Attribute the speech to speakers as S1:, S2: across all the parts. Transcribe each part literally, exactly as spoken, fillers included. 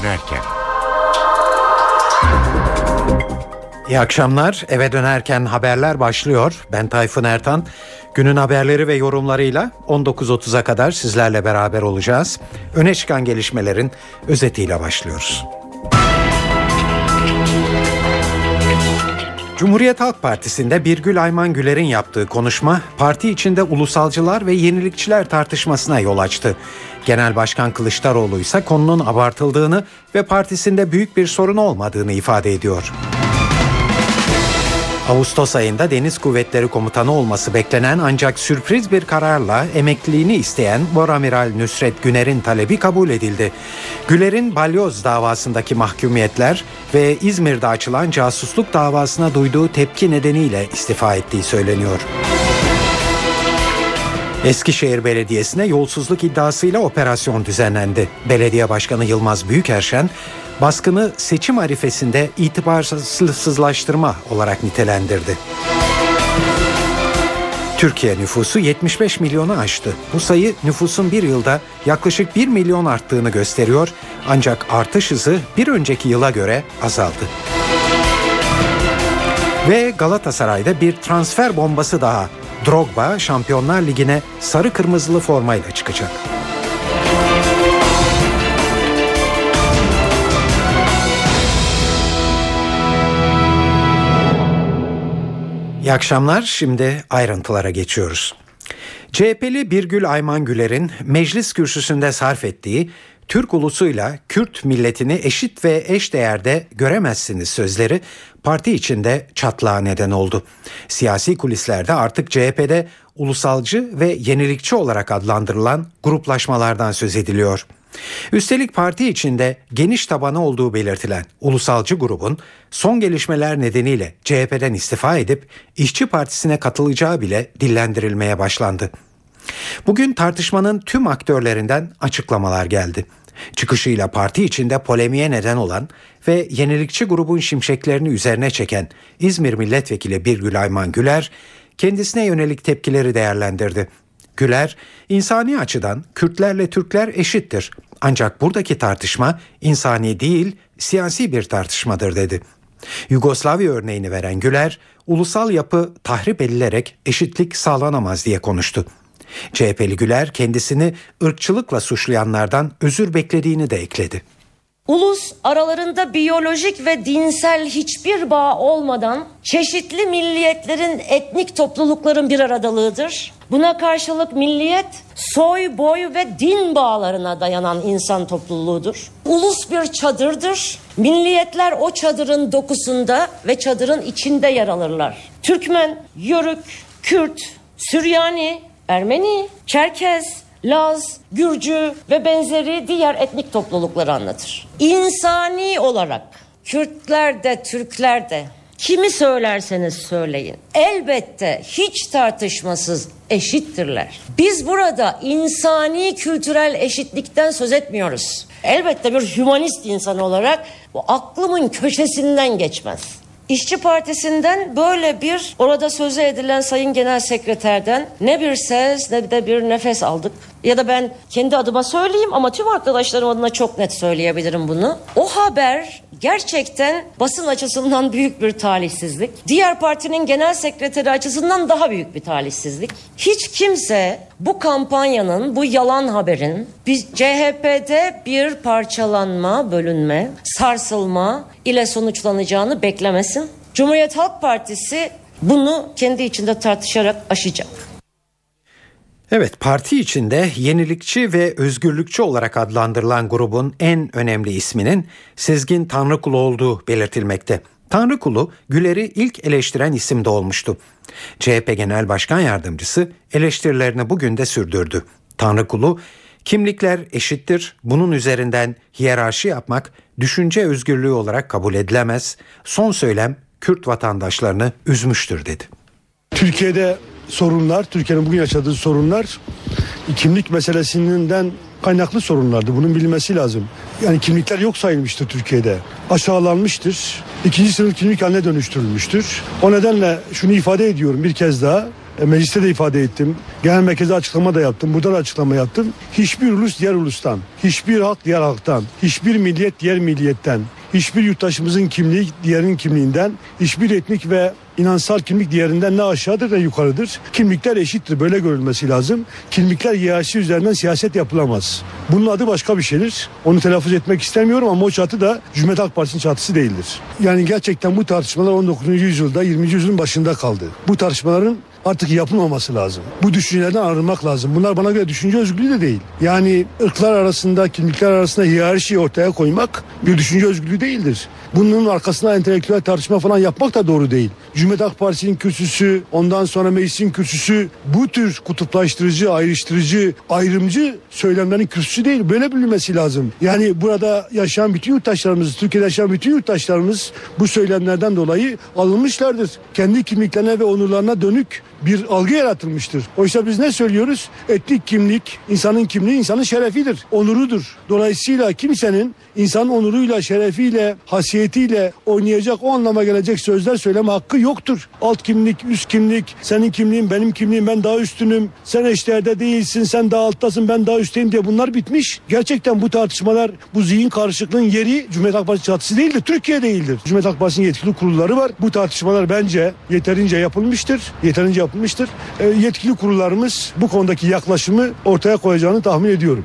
S1: dönerken.
S2: İyi akşamlar. Eve dönerken haberler başlıyor. Ben Tayfun Ertan. Günün haberleri ve yorumlarıyla on dokuz otuza kadar sizlerle beraber olacağız. Öne çıkan gelişmelerin özetiyle başlıyoruz. Cumhuriyet Halk Partisi'nde Birgül Ayman Güler'in yaptığı konuşma parti içinde ulusalcılar ve yenilikçiler tartışmasına yol açtı. Genel Başkan Kılıçdaroğlu ise konunun abartıldığını ve partisinde büyük bir sorun olmadığını ifade ediyor. Ağustos ayında Deniz Kuvvetleri Komutanı olması beklenen ancak sürpriz bir kararla emekliliğini isteyen Oramiral Nusret Güner'in talebi kabul edildi. Güler'in balyoz davasındaki mahkumiyetler ve İzmir'de açılan casusluk davasına duyduğu tepki nedeniyle istifa ettiği söyleniyor. Eskişehir Belediyesi'ne yolsuzluk iddiasıyla operasyon düzenlendi. Belediye Başkanı Yılmaz Büyükerşen, baskını seçim arifesinde itibarsızlaştırma olarak nitelendirdi. Türkiye nüfusu yetmiş beş milyonu aştı. Bu sayı nüfusun bir yılda yaklaşık bir milyon arttığını gösteriyor. Ancak artış hızı bir önceki yıla göre azaldı. Ve Galatasaray'da bir transfer bombası daha. Drogba Şampiyonlar Ligi'ne sarı kırmızılı formayla çıkacak. İyi akşamlar. Şimdi ayrıntılara geçiyoruz. C H P'li Birgül Ayman Güler'in meclis kürsüsünde sarf ettiği "Türk ulusuyla Kürt milletini eşit ve eşdeğerde göremezsiniz" sözleri parti içinde çatlağa neden oldu. Siyasi kulislerde artık C H P'de ulusalcı ve yenilikçi olarak adlandırılan gruplaşmalardan söz ediliyor. Üstelik parti içinde geniş tabanı olduğu belirtilen ulusalcı grubun son gelişmeler nedeniyle C H P'den istifa edip İşçi Partisi'ne katılacağı bile dillendirilmeye başlandı. Bugün tartışmanın tüm aktörlerinden açıklamalar geldi. Çıkışıyla parti içinde polemiğe neden olan ve yenilikçi grubun şimşeklerini üzerine çeken İzmir Milletvekili Birgül Ayman Güler, kendisine yönelik tepkileri değerlendirdi. Güler, insani açıdan Kürtlerle Türkler eşittir. Ancak buradaki tartışma insani değil, siyasi bir tartışmadır dedi. Yugoslavya örneğini veren Güler, ulusal yapı tahrip edilerek eşitlik sağlanamaz diye konuştu. C H P'li Güler kendisini ırkçılıkla suçlayanlardan özür beklediğini de ekledi.
S3: Ulus aralarında biyolojik ve dinsel hiçbir bağ olmadan çeşitli milliyetlerin, etnik toplulukların bir aradalığıdır. Buna karşılık milliyet soy, boy ve din bağlarına dayanan insan topluluğudur. Ulus bir çadırdır. Milliyetler o çadırın dokusunda ve çadırın içinde yer alırlar. Türkmen, Yörük, Kürt, Süryani, Ermeni, Çerkez, Laz, Gürcü ve benzeri diğer etnik toplulukları anlatır. İnsani olarak Kürtler de Türkler de kimi söylerseniz söyleyin elbette hiç tartışmasız eşittirler. Biz burada insani kültürel eşitlikten söz etmiyoruz. Elbette bir hümanist insan olarak bu aklımın köşesinden geçmez. İşçi Partisi'nden böyle bir orada sözü edilen Sayın Genel Sekreterden ne bir ses ne de bir nefes aldık. Ya da ben kendi adıma söyleyeyim ama tüm arkadaşlarım adına çok net söyleyebilirim bunu. O haber gerçekten basın açısından büyük bir talihsizlik. Diğer partinin genel sekreteri açısından daha büyük bir talihsizlik. Hiç kimse bu kampanyanın, bu yalan haberin biz C H P'de bir parçalanma, bölünme, sarsılma ile sonuçlanacağını beklemesin. Cumhuriyet Halk Partisi bunu kendi içinde tartışarak aşacak.
S2: Evet, parti içinde yenilikçi ve özgürlükçü olarak adlandırılan grubun en önemli isminin Sezgin Tanrıkulu olduğu belirtilmekte. Tanrıkulu, Güler'i ilk eleştiren isim de olmuştu. C H P Genel Başkan Yardımcısı eleştirilerini bugün de sürdürdü. Tanrıkulu, kimlikler eşittir, bunun üzerinden hiyerarşi yapmak düşünce özgürlüğü olarak kabul edilemez, son söylem Kürt vatandaşlarını üzmüştür dedi.
S4: Türkiye'de sorunlar, Türkiye'nin bugün yaşadığı sorunlar kimlik meselesinden kaynaklı sorunlardı. Bunun bilinmesi lazım. Yani kimlikler yok sayılmıştır Türkiye'de. Aşağılanmıştır. İkinci sınıf kimlik haline dönüştürülmüştür. O nedenle şunu ifade ediyorum bir kez daha. E, mecliste de ifade ettim. Genel merkeze açıklama da yaptım. Burada da açıklama yaptım. Hiçbir ulus diğer ulustan, hiçbir halk diğer halktan, hiçbir millet diğer milliyetten, hiçbir yurttaşımızın kimliği diğerinin kimliğinden, hiçbir etnik ve inansal kimlik diğerinden ne aşağıdır ne yukarıdır. Kimlikler eşittir. Böyle görülmesi lazım. Kimlikler hiyerarşi üzerinden siyaset yapılamaz. Bunun adı başka bir şeydir. Onu telaffuz etmek istemiyorum ama o çatı da Cumhuriyet Halk Partisi'nin çatısı değildir. Yani gerçekten bu tartışmalar on dokuzuncu yüzyılda, yirminci yüzyılın başında kaldı. Bu tartışmaların artık yapılmaması lazım. Bu düşüncelerden arınmak lazım. Bunlar bana göre düşünce özgürlüğü de değil. Yani ırklar arasında, kimlikler arasında hiyerarşiyi ortaya koymak bir düşünce özgürlüğü değildir. Bunun arkasında entelektüel tartışma falan yapmak da doğru değil. Cumhuriyet Halk Partisi'nin kürsüsü, ondan sonra meclisin kürsüsü bu tür kutuplaştırıcı, ayrıştırıcı, ayrımcı söylemlerin kürsüsü değil. Böyle bilinmesi lazım. Yani burada yaşayan bütün yurttaşlarımız, Türkiye'de yaşayan bütün yurttaşlarımız bu söylemlerden dolayı alınmışlardır. Kendi kimliklerine ve onurlarına dönük bir algı yaratılmıştır. Oysa biz ne söylüyoruz? Etnik kimlik, insanın kimliği insanın şerefidir, onurudur. Dolayısıyla kimsenin insanın onuruyla, şerefiyle, hasiyetiyle oynayacak, o anlama gelecek sözler söyleme hakkı yoktur. Alt kimlik, üst kimlik, senin kimliğin, benim kimliğim, ben daha üstünüm, sen eşdeğerde değilsin, sen daha alttasın, ben daha üstteyim diye bunlar bitmiş. Gerçekten bu tartışmalar, bu zihin karışıklığın yeri Cumhuriyet Halk Partisi çatısı değildir, Türkiye değildir. Cumhuriyet Halk Partisi'nin yetkili kurulları var. Bu tartışmalar bence yeterince yapılmıştır, yeterince yapılmıştır. E, yetkili kurullarımız bu konudaki yaklaşımı ortaya koyacağını tahmin ediyorum.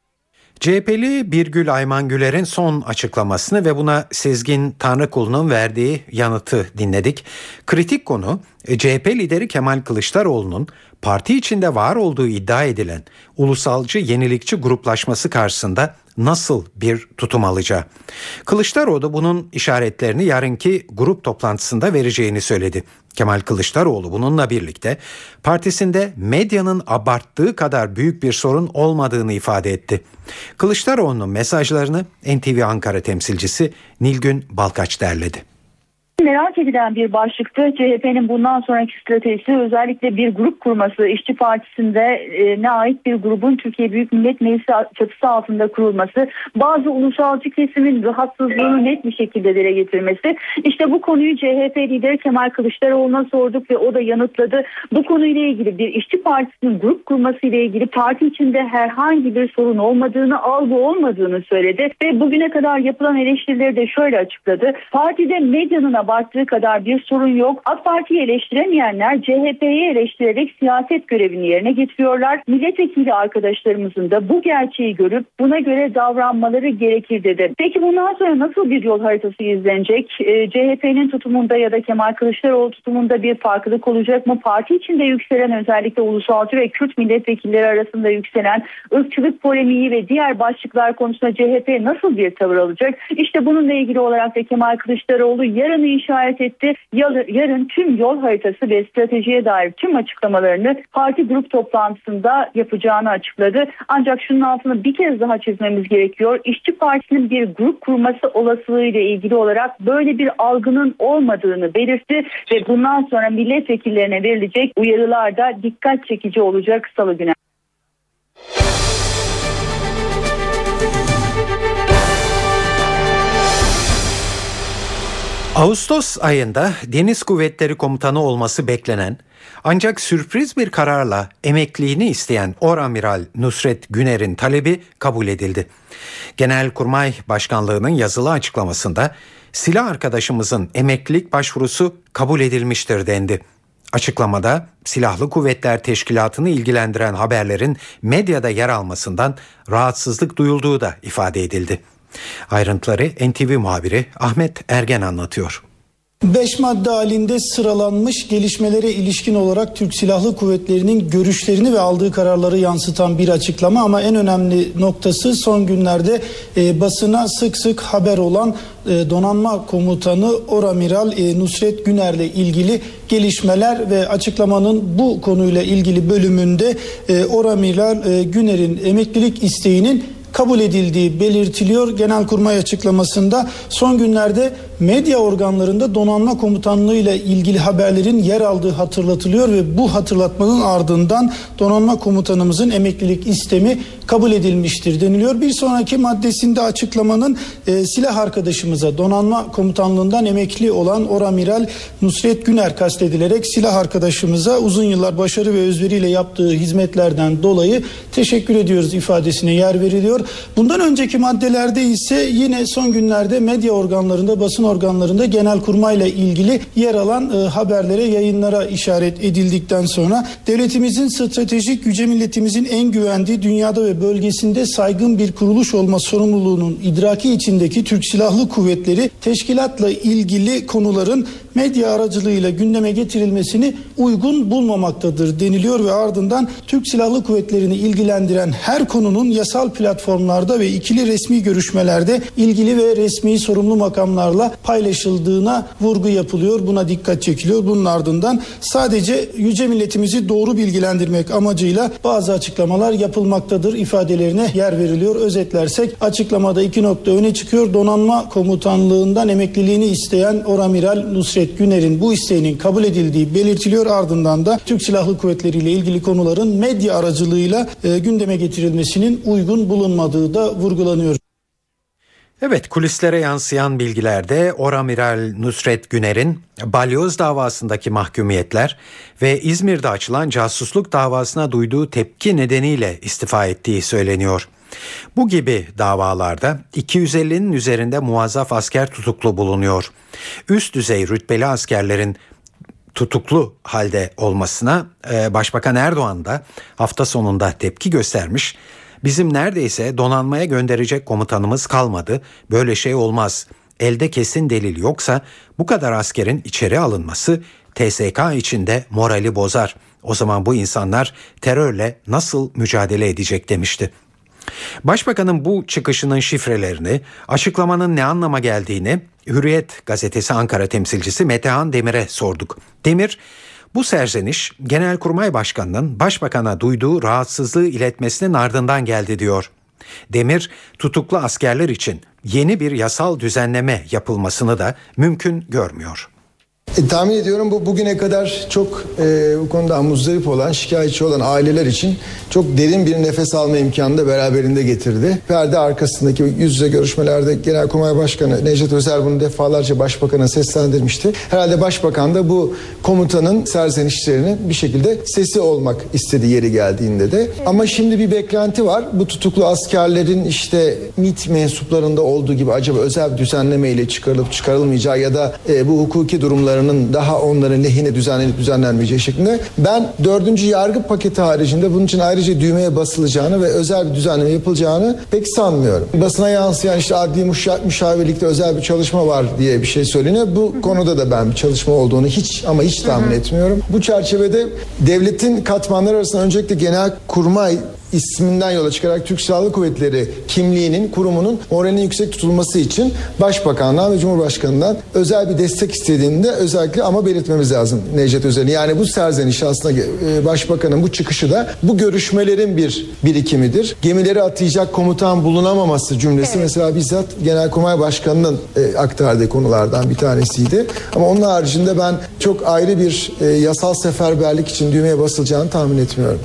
S2: C H P'li Birgül Ayman Güler'in son açıklamasını ve buna Sezgin Tanrıkulu'nun verdiği yanıtı dinledik. Kritik konu C H P lideri Kemal Kılıçdaroğlu'nun parti içinde var olduğu iddia edilen ulusalcı yenilikçi gruplaşması karşısında nasıl bir tutum alacağı. Kılıçdaroğlu bunun işaretlerini yarınki grup toplantısında vereceğini söyledi. Kemal Kılıçdaroğlu bununla birlikte partisinde medyanın abarttığı kadar büyük bir sorun olmadığını ifade etti. Kılıçdaroğlu'nun mesajlarını N T V Ankara temsilcisi Nilgün Balkaç derledi.
S1: Merak edilen bir başlıktı. C H P'nin bundan sonraki stratejisi özellikle bir grup kurması, İşçi Partisi'nde e, ne ait bir grubun Türkiye Büyük Millet Meclisi çatısı altında kurulması, bazı ulusalcı kesimin rahatsızlığını net bir şekilde dile getirmesi. İşte bu konuyu C H P lideri Kemal Kılıçdaroğlu'na sorduk ve o da yanıtladı. Bu konuyla ilgili bir İşçi Partisi'nin grup kurması ile ilgili parti içinde herhangi bir sorun olmadığını, algı olmadığını söyledi ve bugüne kadar yapılan eleştirileri de şöyle açıkladı. Partide medyanın abarttığı kadar bir sorun yok. AK Parti'yi eleştiremeyenler C H P'yi eleştirerek siyaset görevini yerine getiriyorlar. Milletvekili arkadaşlarımızın da bu gerçeği görüp buna göre davranmaları gerekir dedi. Peki bundan sonra nasıl bir yol haritası izlenecek? E, C H P'nin tutumunda ya da Kemal Kılıçdaroğlu tutumunda bir farklılık olacak mı? Parti içinde yükselen, özellikle ulusalcı ve Kürt milletvekilleri arasında yükselen ırkçılık polemiği ve diğer başlıklar konusunda C H P nasıl bir tavır alacak? İşte bununla ilgili olarak da Kemal Kılıçdaroğlu yarını işaret etti. Yarın tüm yol haritası ve stratejiye dair tüm açıklamalarını parti grup toplantısında yapacağını açıkladı. Ancak şunun altını bir kez daha çizmemiz gerekiyor. İşçi Partisi'nin bir grup kurması olasılığıyla ilgili olarak böyle bir algının olmadığını belirtti ve bundan sonra milletvekillerine verilecek uyarılar da dikkat çekici olacak Salı günü.
S2: Ağustos ayında Deniz Kuvvetleri Komutanı olması beklenen ancak sürpriz bir kararla emekliliğini isteyen Oramiral Nusret Güner'in talebi kabul edildi. Genelkurmay Başkanlığı'nın yazılı açıklamasında silah arkadaşımızın emeklilik başvurusu kabul edilmiştir dendi. Açıklamada Silahlı Kuvvetler Teşkilatı'nı ilgilendiren haberlerin medyada yer almasından rahatsızlık duyulduğu da ifade edildi. Ayrıntıları N T V muhabiri Ahmet Ergen anlatıyor.
S5: Beş madde halinde sıralanmış gelişmelere ilişkin olarak Türk Silahlı Kuvvetleri'nin görüşlerini ve aldığı kararları yansıtan bir açıklama, ama en önemli noktası son günlerde e, basına sık sık haber olan e, donanma komutanı Oramiral e, Nusret Güner'le ilgili gelişmeler ve açıklamanın bu konuyla ilgili bölümünde e, Oramiral e, Güner'in emeklilik isteğinin kabul edildiği belirtiliyor. Genelkurmay açıklamasında son günlerde medya organlarında donanma komutanlığı ile ilgili haberlerin yer aldığı hatırlatılıyor ve bu hatırlatmanın ardından donanma komutanımızın emeklilik istemi kabul edilmiştir deniliyor. Bir sonraki maddesinde açıklamanın e, silah arkadaşımıza, donanma komutanlığından emekli olan Oramiral Nusret Güner kastedilerek silah arkadaşımıza uzun yıllar başarı ve özveriyle yaptığı hizmetlerden dolayı teşekkür ediyoruz ifadesine yer veriliyor. Bundan önceki maddelerde ise yine son günlerde medya organlarında, basın organlarında Genelkurmay'la ilgili yer alan e, haberlere, yayınlara işaret edildikten sonra devletimizin stratejik güce milletimizin en güvendiği, dünyada ve bölgesinde saygın bir kuruluş olma sorumluluğunun idraki içindeki Türk Silahlı Kuvvetleri teşkilatla ilgili konuların medya aracılığıyla gündeme getirilmesini uygun bulmamaktadır deniliyor ve ardından Türk Silahlı Kuvvetleri'ni ilgilendiren her konunun yasal platformlarda ve ikili resmi görüşmelerde ilgili ve resmi sorumlu makamlarla paylaşıldığına vurgu yapılıyor. Buna dikkat çekiliyor. Bunun ardından sadece yüce milletimizi doğru bilgilendirmek amacıyla bazı açıklamalar yapılmaktadır ifadelerine yer veriliyor. Özetlersek açıklamada iki nokta öne çıkıyor. Donanma komutanlığından emekliliğini isteyen Oramiral Nusret Güner'in bu isteğinin kabul edildiği belirtiliyor. Ardından da Türk Silahlı Kuvvetleri ile ilgili konuların medya aracılığıyla e, gündeme getirilmesinin uygun bulunmadığı da vurgulanıyor.
S2: Evet, kulislere yansıyan bilgilerde Oramiral Nusret Güner'in balyoz davasındaki mahkumiyetler ve İzmir'de açılan casusluk davasına duyduğu tepki nedeniyle istifa ettiği söyleniyor. Bu gibi davalarda iki yüz ellinin üzerinde muazzaf asker tutuklu bulunuyor. Üst düzey rütbeli askerlerin tutuklu halde olmasına Başbakan Erdoğan da hafta sonunda tepki göstermiş. Bizim neredeyse donanmaya gönderecek komutanımız kalmadı. Böyle şey olmaz. Elde kesin delil yoksa bu kadar askerin içeri alınması T S K içinde morali bozar. O zaman bu insanlar terörle nasıl mücadele edecek demişti. Başbakanın bu çıkışının şifrelerini, açıklamanın ne anlama geldiğini Hürriyet gazetesi Ankara temsilcisi Metehan Demir'e sorduk. Demir, bu serzeniş Genelkurmay Başkanı'nın Başbakan'a duyduğu rahatsızlığı iletmesinin ardından geldi diyor. Demir, tutuklu askerler için yeni bir yasal düzenleme yapılmasını da mümkün görmüyor.
S6: E, tahmin ediyorum bu bugüne kadar çok e, bu konuda muzdarip olan, şikayetçi olan aileler için çok derin bir nefes alma imkanını da beraberinde getirdi. Perde arkasındaki yüz yüze görüşmelerde Genelkurmay Başkanı Necdet Özer bunu defalarca Başbakan'a seslendirmişti. Herhalde Başbakan da bu komutanın serzenişlerinin bir şekilde sesi olmak istediği yeri geldiğinde de. Ama şimdi bir beklenti var. Bu tutuklu askerlerin işte MİT mensuplarında olduğu gibi acaba özel bir düzenleme ile çıkarılıp çıkarılmayacağı ya da e, bu hukuki durumların daha onların lehine düzenlenip düzenlenmeyeceği şeklinde. Ben dördüncü yargı paketi haricinde bunun için ayrıca düğmeye basılacağını ve özel bir düzenleme yapılacağını pek sanmıyorum. Basına yansıyan işte adli müşavirlikte özel bir çalışma var diye bir şey söyleniyor. Bu konuda da ben bir çalışma olduğunu hiç ama hiç tahmin etmiyorum. Bu çerçevede devletin katmanları arasında öncelikle Genelkurmay isminden yola çıkarak Türk Silahlı Kuvvetleri kimliğinin, kurumunun moralinin yüksek tutulması için Başbakan'dan ve Cumhurbaşkanı'ndan özel bir destek istediğinde özellikle ama belirtmemiz lazım Necdet Özel'i. Yani bu serzeniş aslında Başbakan'ın bu çıkışı da bu görüşmelerin bir birikimidir. Gemileri atayacak komutan bulunamaması cümlesi evet. Mesela bizzat Genelkurmay Başkanı'nın e, aktardığı konulardan bir tanesiydi. Ama onun haricinde ben çok ayrı bir e, yasal seferberlik için düğmeye basılacağını tahmin etmiyorum.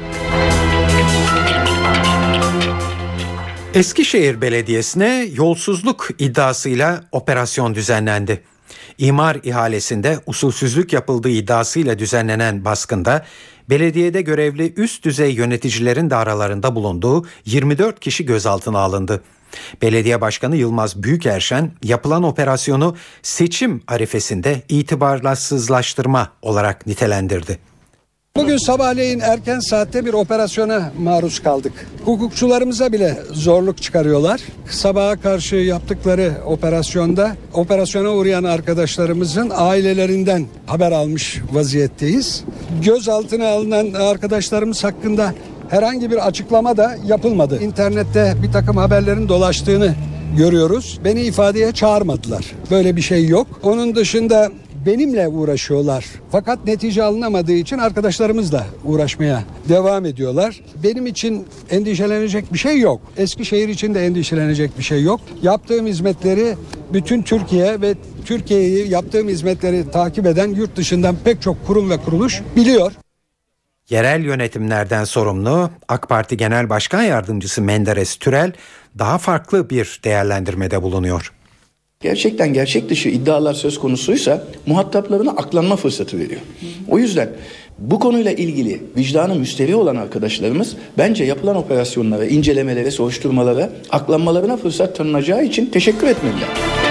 S2: Eskişehir Belediyesi'ne yolsuzluk iddiasıyla operasyon düzenlendi. İmar ihalesinde usulsüzlük yapıldığı iddiasıyla düzenlenen baskında belediyede görevli üst düzey yöneticilerin de aralarında bulunduğu yirmi dört kişi gözaltına alındı. Belediye Başkanı Yılmaz Büyükerşen yapılan operasyonu seçim arifesinde itibarsızlaştırma olarak nitelendirdi.
S7: Bugün sabahleyin erken saatte bir operasyona maruz kaldık. Hukukçularımıza bile zorluk çıkarıyorlar. Sabaha karşı yaptıkları operasyonda operasyona uğrayan arkadaşlarımızın ailelerinden haber almış vaziyetteyiz. Gözaltına alınan arkadaşlarımız hakkında herhangi bir açıklama da yapılmadı. İnternette bir takım haberlerin dolaştığını görüyoruz. Beni ifadeye çağırmadılar. Böyle bir şey yok. Onun dışında benimle uğraşıyorlar. Fakat netice alınamadığı için arkadaşlarımızla uğraşmaya devam ediyorlar. Benim için endişelenecek bir şey yok. Eskişehir için de endişelenecek bir şey yok. Yaptığım hizmetleri bütün Türkiye ve Türkiye'yi yaptığım hizmetleri takip eden yurt dışından pek çok kurum ve kuruluş biliyor.
S2: Yerel yönetimlerden sorumlu AK Parti Genel Başkan Yardımcısı Menderes Türel daha farklı bir değerlendirmede bulunuyor.
S8: Gerçekten gerçek dışı iddialar söz konusuysa muhataplarına aklanma fırsatı veriyor. O yüzden bu konuyla ilgili vicdanı müsterih olan arkadaşlarımız bence yapılan operasyonlara, incelemelere, soruşturmalara, aklanmalarına fırsat tanınacağı için teşekkür etmeliler.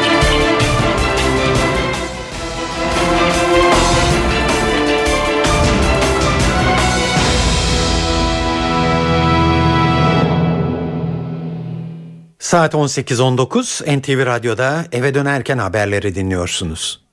S2: Saat on sekiz on dokuz N T V Radyo'da eve dönerken haberleri dinliyorsunuz.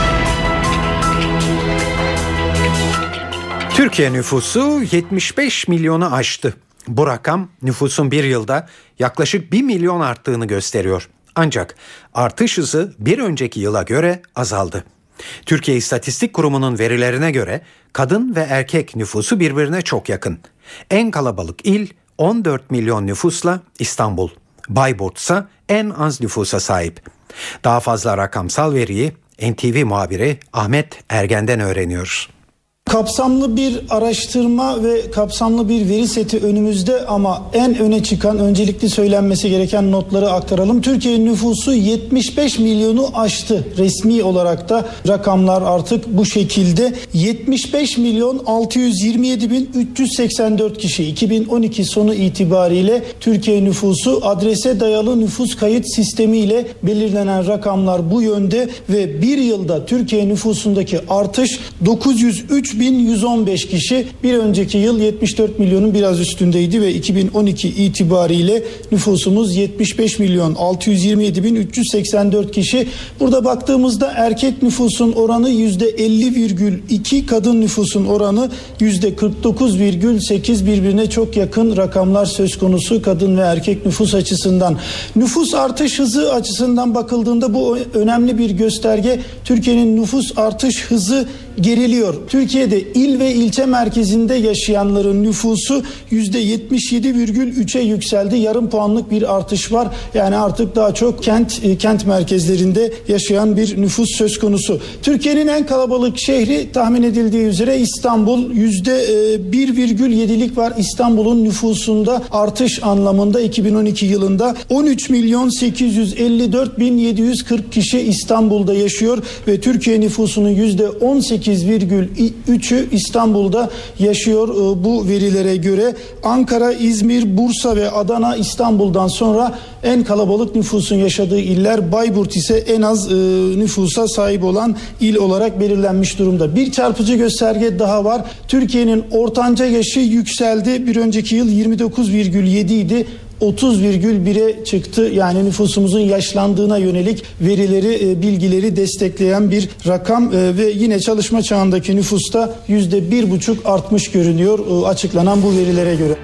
S2: Türkiye nüfusu yetmiş beş milyonu aştı. Bu rakam nüfusun bir yılda yaklaşık bir milyon arttığını gösteriyor. Ancak artış hızı bir önceki yıla göre azaldı. Türkiye İstatistik Kurumu'nun verilerine göre kadın ve erkek nüfusu birbirine çok yakın. En kalabalık il on dört milyon nüfusla İstanbul. Bayburt ise en az nüfusa sahip. Daha fazla rakamsal veriyi N T V muhabiri Ahmet Ergen'den öğreniyoruz.
S5: Kapsamlı bir araştırma ve kapsamlı bir veri seti önümüzde ama en öne çıkan, öncelikli söylenmesi gereken notları aktaralım. Türkiye nüfusu yetmiş beş milyonu aştı. Resmi olarak da rakamlar artık bu şekilde. yetmiş beş milyon altı yüz yirmi yedi bin üç yüz seksen dört kişi iki bin on iki sonu itibariyle Türkiye nüfusu adrese dayalı nüfus kayıt sistemiyle belirlenen rakamlar bu yönde ve bir yılda Türkiye nüfusundaki artış dokuz yüz üç bin yüz on beş kişi. Bir önceki yıl yetmiş dört milyonun biraz üstündeydi ve iki bin on iki itibariyle nüfusumuz yetmiş beş milyon altı yüz yirmi yedi bin üç yüz seksen dört kişi. Burada baktığımızda erkek nüfusun oranı yüzde elli virgül iki, kadın nüfusun oranı yüzde kırk dokuz virgül sekiz, birbirine çok yakın rakamlar söz konusu kadın ve erkek nüfus açısından. Nüfus artış hızı açısından bakıldığında bu önemli bir gösterge. Türkiye'nin nüfus artış hızı geriliyor. Türkiye'de il ve ilçe merkezinde yaşayanların nüfusu yüzde yetmiş yedi virgül üçe yükseldi. Yarım puanlık bir artış var. Yani artık daha çok kent kent merkezlerinde yaşayan bir nüfus söz konusu. Türkiye'nin en kalabalık şehri tahmin edildiği üzere İstanbul. yüzde bir virgül yedilik var İstanbul'un nüfusunda artış anlamında. iki bin on iki yılında on üç milyon sekiz yüz elli dört bin yedi yüz kırk kişi İstanbul'da yaşıyor ve Türkiye nüfusunun yüzde on sekiz virgül üçü İstanbul'da yaşıyor bu verilere göre. Ankara, İzmir, Bursa ve Adana İstanbul'dan sonra en kalabalık nüfusun yaşadığı iller. Bayburt ise en az e, nüfusa sahip olan il olarak belirlenmiş durumda. Bir çarpıcı gösterge daha var. Türkiye'nin ortanca yaşı yükseldi. Bir önceki yıl yirmi dokuz virgül yedi idi. otuz virgül bire çıktı. Yani nüfusumuzun yaşlandığına yönelik verileri, bilgileri destekleyen bir rakam ve yine çalışma çağındaki nüfusta yüzde bir buçuk artmış görünüyor açıklanan bu verilere göre.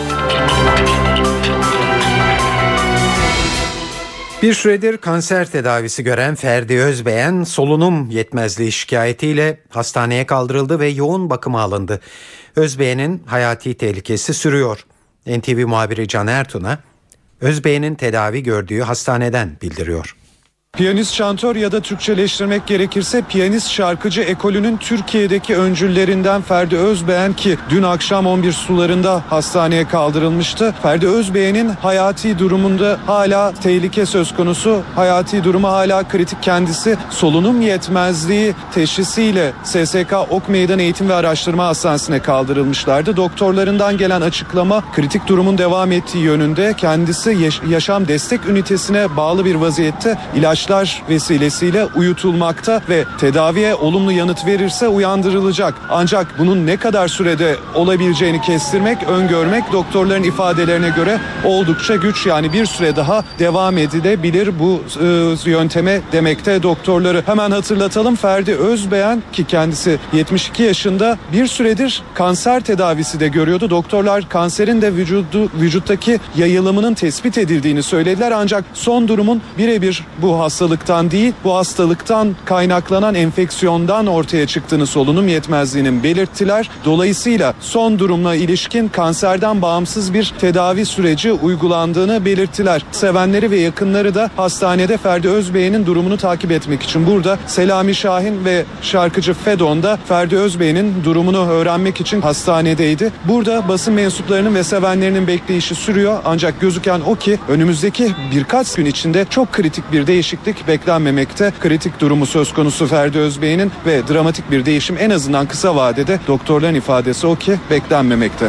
S2: Bir süredir kanser tedavisi gören Ferdi Özbeğen solunum yetmezliği şikayetiyle hastaneye kaldırıldı ve yoğun bakıma alındı. Özbeğen'in hayati tehlikesi sürüyor. N T V muhabiri Can Ertun'a Özbeğen'in tedavi gördüğü hastaneden bildiriyor.
S9: Piyanist şantör ya da Türkçeleştirmek gerekirse piyanist şarkıcı ekolünün Türkiye'deki öncüllerinden Ferdi Özbeğen ki dün akşam on bir sularında hastaneye kaldırılmıştı. Ferdi Özbeğen'in hayati durumunda hala tehlike söz konusu. Hayati durumu hala kritik, kendisi solunum yetmezliği teşhisiyle S S K Ok Meydan Eğitim ve Araştırma Hastanesi'ne kaldırılmışlardı. Doktorlarından gelen açıklama kritik durumun devam ettiği yönünde, kendisi yaş- yaşam destek ünitesine bağlı bir vaziyette ilaç vesilesiyle uyutulmakta ve tedaviye olumlu yanıt verirse uyandırılacak. Ancak bunun ne kadar sürede olabileceğini kestirmek, öngörmek doktorların ifadelerine göre oldukça güç. Yani bir süre daha devam edilebilir bu e, yönteme demekte doktorları. Hemen hatırlatalım, Ferdi Özbeğen ki kendisi yetmiş iki yaşında bir süredir kanser tedavisi de görüyordu. Doktorlar kanserin de vücudu, vücuttaki yayılımının tespit edildiğini söylediler. Ancak son durumun birebir bu hastalığı hastalıktan değil, bu hastalıktan kaynaklanan enfeksiyondan ortaya çıktığını, solunum yetmezliğinin belirttiler. Dolayısıyla son durumla ilişkin kanserden bağımsız bir tedavi süreci uygulandığını belirttiler. Sevenleri ve yakınları da hastanede Ferdi Özbeğen'in durumunu takip etmek için burada. Selami Şahin ve şarkıcı Fedon da Ferdi Özbeğen'in durumunu öğrenmek için hastanedeydi. Burada basın mensuplarının ve sevenlerinin bekleyişi sürüyor. Ancak gözüken o ki önümüzdeki birkaç gün içinde çok kritik bir değişiklik beklenmemekte. Kritik durumu söz konusu Ferdi Özbeğen'in ve dramatik bir değişim en azından kısa vadede, doktorların ifadesi o ki, beklenmemekte.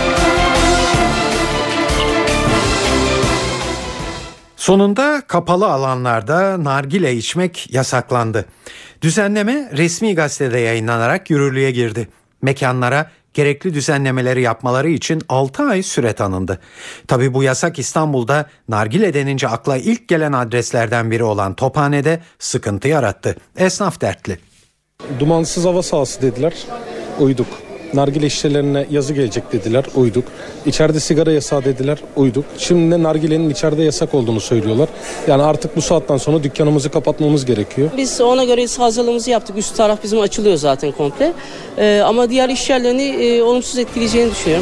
S2: Sonunda kapalı alanlarda nargile içmek yasaklandı. Düzenleme resmi gazetede yayınlanarak yürürlüğe girdi. Mekanlara gerekli düzenlemeleri yapmaları için altı ay süre tanındı. Tabii bu yasak İstanbul'da nargile denince akla ilk gelen adreslerden biri olan Tophane'de sıkıntı yarattı. Esnaf dertli.
S10: Dumansız hava sahası dediler, uyduk. Nargile işçilerine yazı gelecek dediler, uyduk. İçeride sigara yasağı dediler, uyduk. Şimdi de nargilenin içeride yasak olduğunu söylüyorlar. Yani artık bu saatten sonra dükkanımızı kapatmamız gerekiyor.
S11: Biz ona göre hazırlığımızı yaptık. Üst taraf bizim açılıyor zaten komple. Ee, ama diğer iş yerlerini e, olumsuz etkileyeceğini düşünüyorum.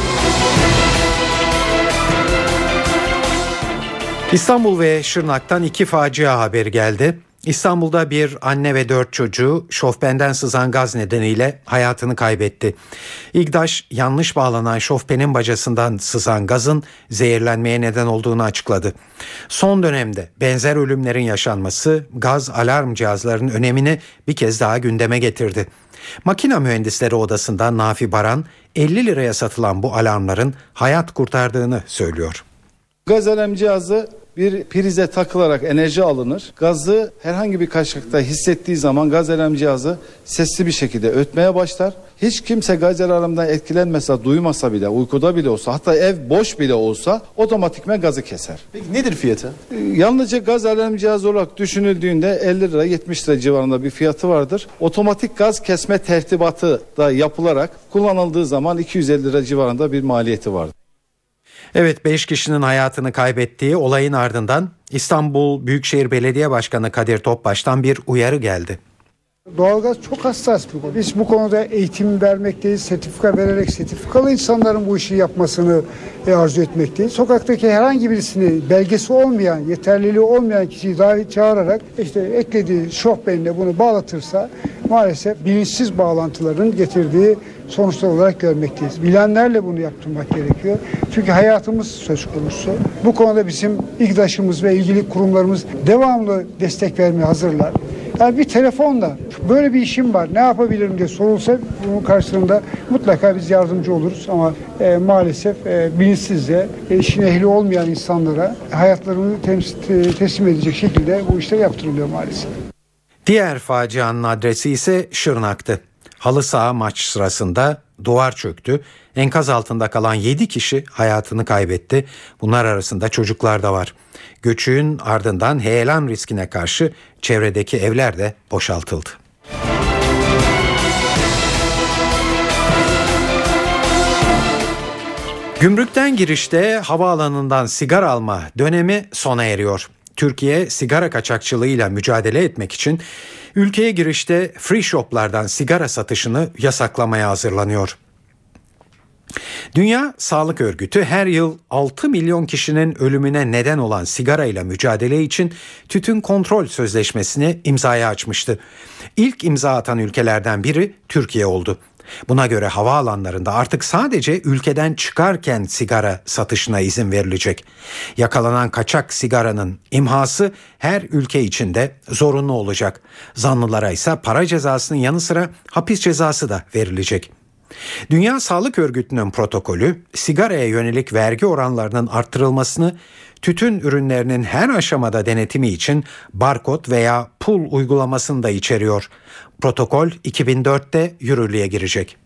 S2: İstanbul ve Şırnak'tan iki facia haberi geldi. İstanbul'da bir anne ve dört çocuğu şofbenden sızan gaz nedeniyle hayatını kaybetti. İGDAŞ yanlış bağlanan şofbenin bacasından sızan gazın zehirlenmeye neden olduğunu açıkladı. Son dönemde benzer ölümlerin yaşanması gaz alarm cihazlarının önemini bir kez daha gündeme getirdi. Makine Mühendisleri Odası'ndan Nafi Baran elli liraya satılan bu alarmların hayat kurtardığını söylüyor.
S12: Gaz alarm cihazı bir prize takılarak enerji alınır. Gazı herhangi bir kaşıkta hissettiği zaman gaz alarm cihazı sesli bir şekilde ötmeye başlar. Hiç kimse gaz alarmından etkilenmese, duymasa bile, uykuda bile olsa, hatta ev boş bile olsa otomatikman gazı keser.
S13: Peki nedir fiyatı?
S12: Ee, yalnızca gaz alarm cihazı olarak düşünüldüğünde elli lira yetmiş lira civarında bir fiyatı vardır. Otomatik gaz kesme tertibatı da yapılarak kullanıldığı zaman iki yüz elli lira civarında bir maliyeti vardır.
S2: Evet, beş kişinin hayatını kaybettiği olayın ardından İstanbul Büyükşehir Belediye Başkanı Kadir Topbaş'tan bir uyarı geldi.
S14: Doğalgaz çok hassas bir konu. Biz bu konuda eğitim vermekteyiz, sertifika vererek sertifikalı insanların bu işi yapmasını arzu etmekteyiz. Sokaktaki herhangi birisini belgesi olmayan, yeterliliği olmayan kişiyi dahi çağırarak işte eklediği şofbenine bunu bağlatırsa maalesef bilinçsiz bağlantıların getirdiği sonuçlar olarak görmekteyiz. Bilenlerle bunu yaptırmak gerekiyor. Çünkü hayatımız söz konusu. Bu konuda bizim İGDAŞ'ımız ve ilgili kurumlarımız devamlı destek vermeye hazırlar. Yani bir telefonla böyle bir işim var, ne yapabilirim diye sorulsa bunun karşılığında mutlaka biz yardımcı oluruz. Ama e, maalesef e, bilinçsizce e, işin ehli olmayan insanlara hayatlarını tem- teslim edecek şekilde bu işler yaptırılıyor maalesef.
S2: Diğer facianın adresi ise Şırnak'tı. Halı saha maç sırasında duvar çöktü. Enkaz altında kalan yedi kişi hayatını kaybetti. Bunlar arasında çocuklar da var. Göçüğün ardından heyelan riskine karşı çevredeki evler de boşaltıldı. Gümrükten girişte havaalanından sigara alma dönemi sona eriyor. Türkiye sigara kaçakçılığıyla mücadele etmek için ülkeye girişte free shoplardan sigara satışını yasaklamaya hazırlanıyor. Dünya Sağlık Örgütü her yıl altı milyon kişinin ölümüne neden olan sigarayla mücadele için tütün kontrol sözleşmesini imzaya açmıştı. İlk imza atan ülkelerden biri Türkiye oldu. Buna göre havaalanlarında artık sadece ülkeden çıkarken sigara satışına izin verilecek. Yakalanan kaçak sigaranın imhası her ülke içinde zorunlu olacak. Zanlılara ise para cezasının yanı sıra hapis cezası da verilecek. Dünya Sağlık Örgütü'nün protokolü sigaraya yönelik vergi oranlarının arttırılmasını, tütün ürünlerinin her aşamada denetimi için barkod veya pul uygulamasını da içeriyor. Protokol iki bin dörtte yürürlüğe girecek.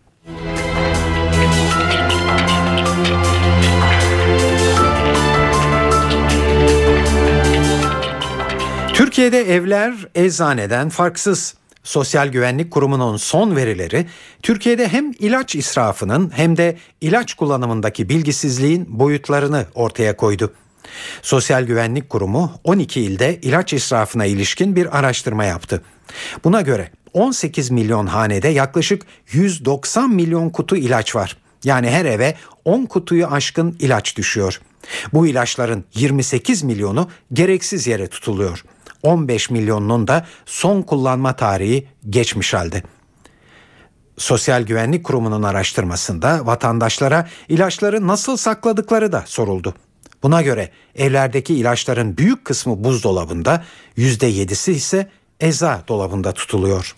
S2: Türkiye'de evler eczaneden farksız. Sosyal Güvenlik Kurumu'nun son verileri Türkiye'de hem ilaç israfının hem de ilaç kullanımındaki bilgisizliğin boyutlarını ortaya koydu. Sosyal Güvenlik Kurumu on iki ilde ilaç israfına ilişkin bir araştırma yaptı. Buna göre on sekiz milyon hanede yaklaşık yüz doksan milyon kutu ilaç var. Yani her eve on kutuyu aşkın ilaç düşüyor. Bu ilaçların yirmi sekiz milyonu gereksiz yere tutuluyor. on beş milyonunun da son kullanma tarihi geçmiş halde. Sosyal Güvenlik Kurumu'nun araştırmasında vatandaşlara ilaçları nasıl sakladıkları da soruldu. Buna göre evlerdeki ilaçların büyük kısmı buzdolabında, yüzde yedisi ise ecza dolabında tutuluyor.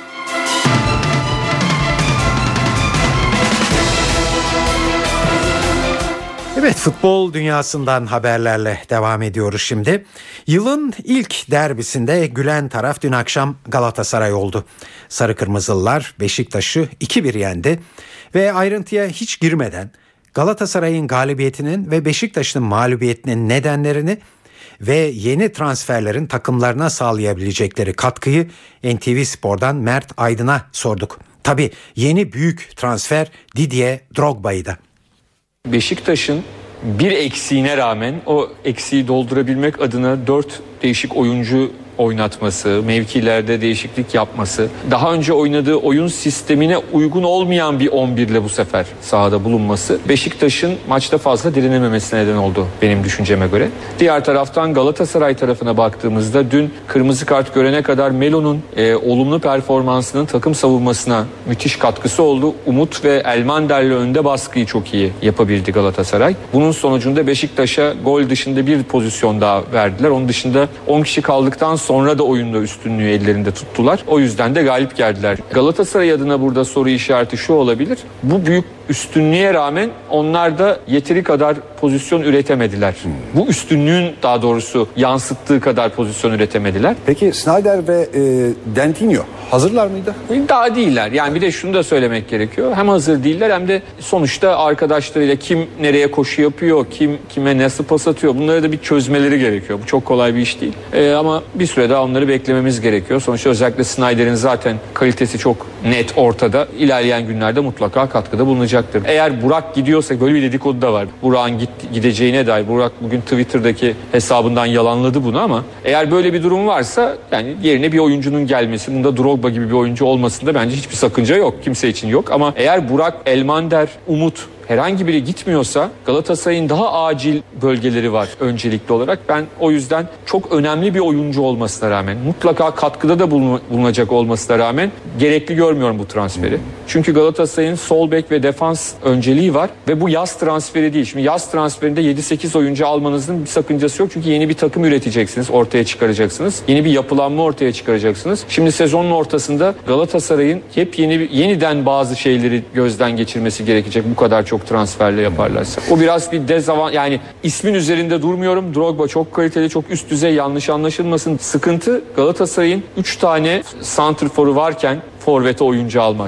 S2: Evet, futbol dünyasından haberlerle devam ediyoruz şimdi. Yılın ilk derbisinde gülen taraf dün akşam Galatasaray oldu. Sarı Kırmızılılar Beşiktaş'ı iki bir yendi ve ayrıntıya hiç girmeden Galatasaray'ın galibiyetinin ve Beşiktaş'ın mağlubiyetinin nedenlerini ve yeni transferlerin takımlarına sağlayabilecekleri katkıyı N T V Spor'dan Mert Aydın'a sorduk. Tabii yeni büyük transfer Didier Drogba'yı da.
S13: Beşiktaş'ın bir eksiğine rağmen o eksiği doldurabilmek adına dört değişik oyuncu oynatması, mevkilerde değişiklik yapması, daha önce oynadığı oyun sistemine uygun olmayan bir on bir ile bu sefer sahada bulunması Beşiktaş'ın maçta fazla direnememesine neden oldu benim düşünceme göre. Diğer taraftan Galatasaray tarafına baktığımızda dün kırmızı kart görene kadar Melo'nun e, olumlu performansının takım savunmasına müthiş katkısı oldu. Umut ve Elmander'le önde baskıyı çok iyi yapabildi Galatasaray. Bunun sonucunda Beşiktaş'a gol dışında bir pozisyon daha verdiler. Onun dışında on kişi kaldıktan sonra da oyunda üstünlüğü ellerinde tuttular. O yüzden de galip geldiler. Galatasaray adına burada soru işareti şu olabilir. Bu büyük üstünlüğe rağmen onlar da yeteri kadar pozisyon üretemediler. Hmm. Bu üstünlüğün daha doğrusu yansıttığı kadar pozisyon üretemediler.
S15: Peki Sneijder ve e, Dentinho hazırlar mıydı?
S13: Daha değiller. Yani bir de şunu da söylemek gerekiyor. Hem hazır değiller hem de sonuçta arkadaşlarıyla kim nereye koşu yapıyor, kim kime nasıl pas atıyor, bunları da bir çözmeleri gerekiyor. Bu çok kolay bir iş değil. Ee, ama bir süre daha onları beklememiz gerekiyor. Sonuçta özellikle Sneijder'in zaten kalitesi çok net ortada. İlerleyen günlerde mutlaka katkıda bulunacaktır. Eğer Burak gidiyorsa, böyle bir dedikodu da var. Burak'ın git, gideceğine dair. Burak bugün Twitter'daki hesabından yalanladı bunu ama eğer böyle bir durum varsa yani yerine bir oyuncunun gelmesi, bunda Drogba gibi bir oyuncu olmasında bence hiçbir sakınca yok. Kimse için yok ama eğer Burak, Elmander, Umut herhangi biri gitmiyorsa Galatasaray'ın daha acil bölgeleri var öncelikli olarak. Ben o yüzden çok önemli bir oyuncu olmasına rağmen, mutlaka katkıda da bulunacak olmasına rağmen gerekli görmüyorum bu transferi. Çünkü Galatasaray'ın sol bek ve defans önceliği var ve bu yaz transferi değil. Şimdi yaz transferinde yedi sekiz oyuncu almanızın bir sakıncası yok. Çünkü yeni bir takım üreteceksiniz, ortaya çıkaracaksınız. Yeni bir yapılanma ortaya çıkaracaksınız. Şimdi sezonun ortasında Galatasaray'ın hep yeni yeniden bazı şeyleri gözden geçirmesi gerekecek bu kadar çok transferle yaparlarsa. O biraz bir dezavantaj, yani ismin üzerinde durmuyorum. Drogba çok kaliteli, çok üst düzey, yanlış anlaşılmasın. Sıkıntı Galatasaray'ın üç tane santrforu varken forvete oyuncu almak.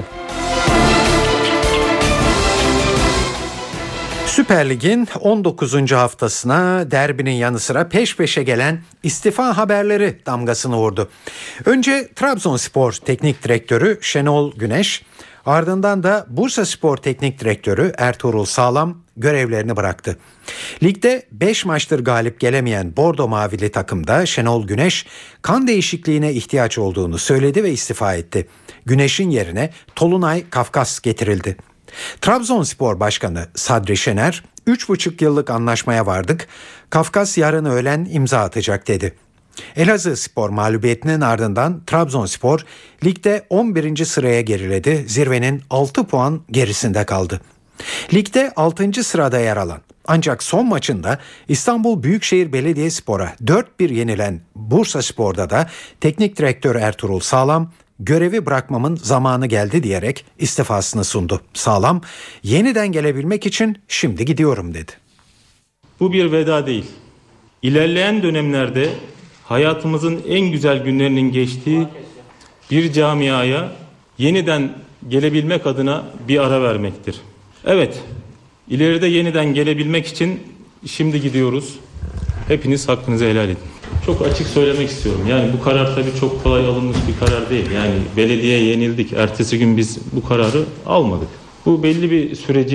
S2: Süper Lig'in on dokuzuncu haftasına derbinin yanı sıra peş peşe gelen istifa haberleri damgasını vurdu. Önce Trabzonspor Teknik Direktörü Şenol Güneş, ardından da Bursaspor Teknik Direktörü Ertuğrul Sağlam görevlerini bıraktı. Ligde beş maçtır galip gelemeyen Bordo Mavili takımda Şenol Güneş kan değişikliğine ihtiyaç olduğunu söyledi ve istifa etti. Güneş'in yerine Tolunay Kafkas getirildi. Trabzonspor Başkanı Sadri Şener, üç buçuk yıllık anlaşmaya vardık, Kafkas yarın öğlen imza atacak dedi. Elazığspor mağlubiyetinin ardından Trabzonspor ligde on birinci sıraya geriledi, zirvenin altı puan gerisinde kaldı. Ligde altıncı sırada yer alan ancak son maçında İstanbul Büyükşehir Belediyespor'a dört bir yenilen Bursaspor'da da teknik direktör Ertuğrul Sağlam görevi bırakmamın zamanı geldi diyerek istifasını sundu. Sağlam, yeniden gelebilmek için şimdi gidiyorum dedi.
S16: Bu bir veda değil. İlerleyen dönemlerde hayatımızın en güzel günlerinin geçtiği bir camiaya yeniden gelebilmek adına bir ara vermektir. Evet, ileride yeniden gelebilmek için şimdi gidiyoruz. Hepiniz hakkınızı helal edin. Çok açık söylemek istiyorum. Yani bu karar tabii çok kolay alınmış bir karar değil. Yani belediyeye yenildik. Ertesi gün biz bu kararı almadık. Bu belli bir sürecin,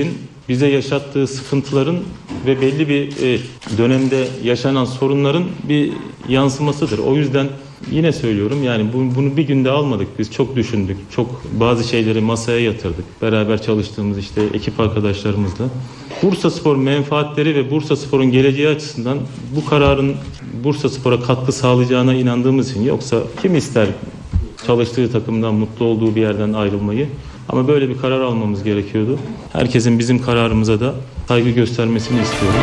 S16: bize yaşattığı sıkıntıların ve belli bir e, dönemde yaşanan sorunların bir yansımasıdır. O yüzden yine söylüyorum, yani bu, bunu bir günde almadık, biz çok düşündük, çok bazı şeyleri masaya yatırdık beraber çalıştığımız işte ekip arkadaşlarımızla. Bursaspor menfaatleri ve Bursaspor'un geleceği açısından bu kararın Bursaspor'a katkı sağlayacağına inandığımız için, yoksa kim ister çalıştığı takımdan, mutlu olduğu bir yerden ayrılmayı? Ama böyle bir karar almamız gerekiyordu. Herkesin bizim kararımıza da saygı göstermesini istiyorum.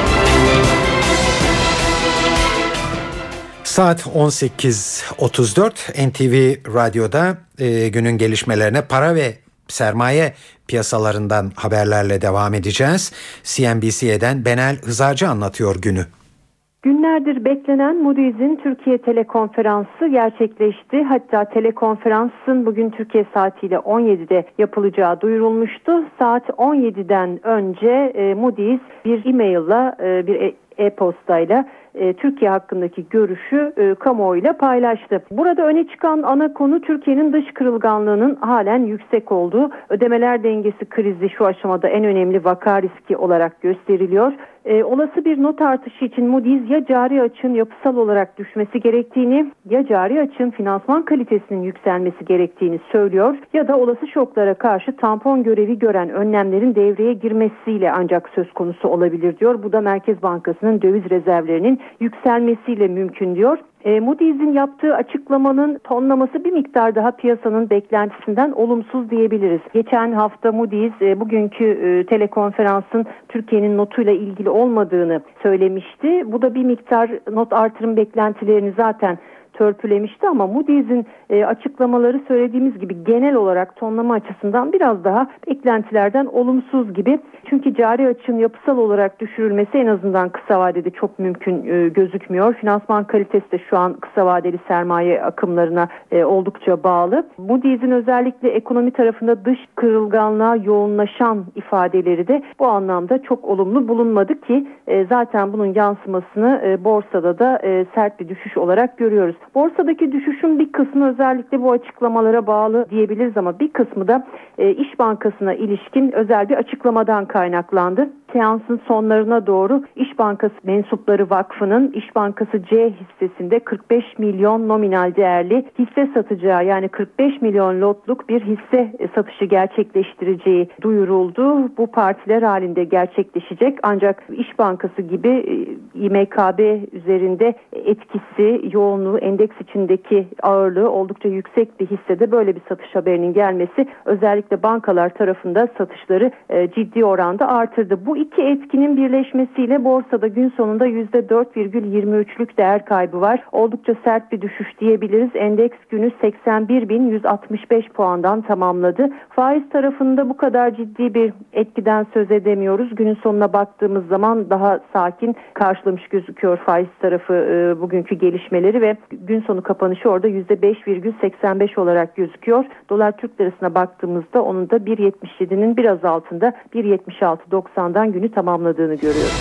S2: Saat on sekiz otuz dört N T V Radyo'da e, günün gelişmelerine, para ve sermaye piyasalarından haberlerle devam edeceğiz. C N B C'den Benel Hızarcı anlatıyor günü.
S17: Günlerdir beklenen Moody's'in Türkiye telekonferansı gerçekleşti. Hatta telekonferansın bugün Türkiye saatiyle on yedide yapılacağı duyurulmuştu. Saat on yediden önce e, Moody's bir e-maille, e, bir e-postayla e, Türkiye hakkındaki görüşü e, kamuoyuyla paylaştı. Burada öne çıkan ana konu Türkiye'nin dış kırılganlığının halen yüksek olduğu. Ödemeler dengesi krizi şu aşamada en önemli vaka riski olarak gösteriliyor. E, olası bir not artışı için Moody's ya cari açığın yapısal olarak düşmesi gerektiğini, ya cari açığın finansman kalitesinin yükselmesi gerektiğini söylüyor, ya da olası şoklara karşı tampon görevi gören önlemlerin devreye girmesiyle ancak söz konusu olabilir diyor. Bu da Merkez Bankası'nın döviz rezervlerinin yükselmesiyle mümkün diyor. E, Moody's'in yaptığı açıklamanın tonlaması bir miktar daha piyasanın beklentisinden olumsuz diyebiliriz. Geçen hafta Moody's e, bugünkü e, telekonferansın Türkiye'nin notuyla ilgili olmadığını söylemişti. Bu da bir miktar not artırım beklentilerini zaten törpülemişti, ama Moody's'in e, açıklamaları söylediğimiz gibi genel olarak tonlama açısından biraz daha beklentilerden olumsuz gibi. Çünkü cari açığın yapısal olarak düşürülmesi en azından kısa vadede çok mümkün e, gözükmüyor. Finansman kalitesi de şu an kısa vadeli sermaye akımlarına e, oldukça bağlı. Moody's'in özellikle ekonomi tarafında dış kırılganlığa yoğunlaşan ifadeleri de bu anlamda çok olumlu bulunmadı ki e, zaten bunun yansımasını e, borsada da e, sert bir düşüş olarak görüyoruz. Borsadaki düşüşün bir kısmı özellikle bu açıklamalara bağlı diyebiliriz, ama bir kısmı da e, İş Bankası'na ilişkin özel bir açıklamadan kaynaklandı. Seansın sonlarına doğru İş Bankası Mensupları Vakfı'nın İş Bankası C hissesinde kırk beş milyon nominal değerli hisse satacağı, yani kırk beş milyon lotluk bir hisse satışı gerçekleştireceği duyuruldu. Bu partiler halinde gerçekleşecek, ancak İş Bankası gibi İ M K B üzerinde etkisi, yoğunluğu, endeks içindeki ağırlığı oldukça yüksek bir hissede böyle bir satış haberinin gelmesi özellikle bankalar tarafında satışları ciddi oranda artırdı. Bu iki etkinin birleşmesiyle borsada gün sonunda yüzde dört virgül yirmi üçlük değer kaybı var. Oldukça sert bir düşüş diyebiliriz. Endeks günü seksen bir bin yüz altmış beş puandan tamamladı. Faiz tarafında bu kadar ciddi bir etkiden söz edemiyoruz. Günün sonuna baktığımız zaman daha sakin karşılamış gözüküyor faiz tarafı e, bugünkü gelişmeleri ve gün sonu kapanışı orada yüzde beş virgül seksen beş olarak gözüküyor. Dolar Türk lirasına baktığımızda onun da bir virgül yetmiş yedinin biraz altında bir virgül yetmiş altı doksandan günü tamamladığını görüyoruz.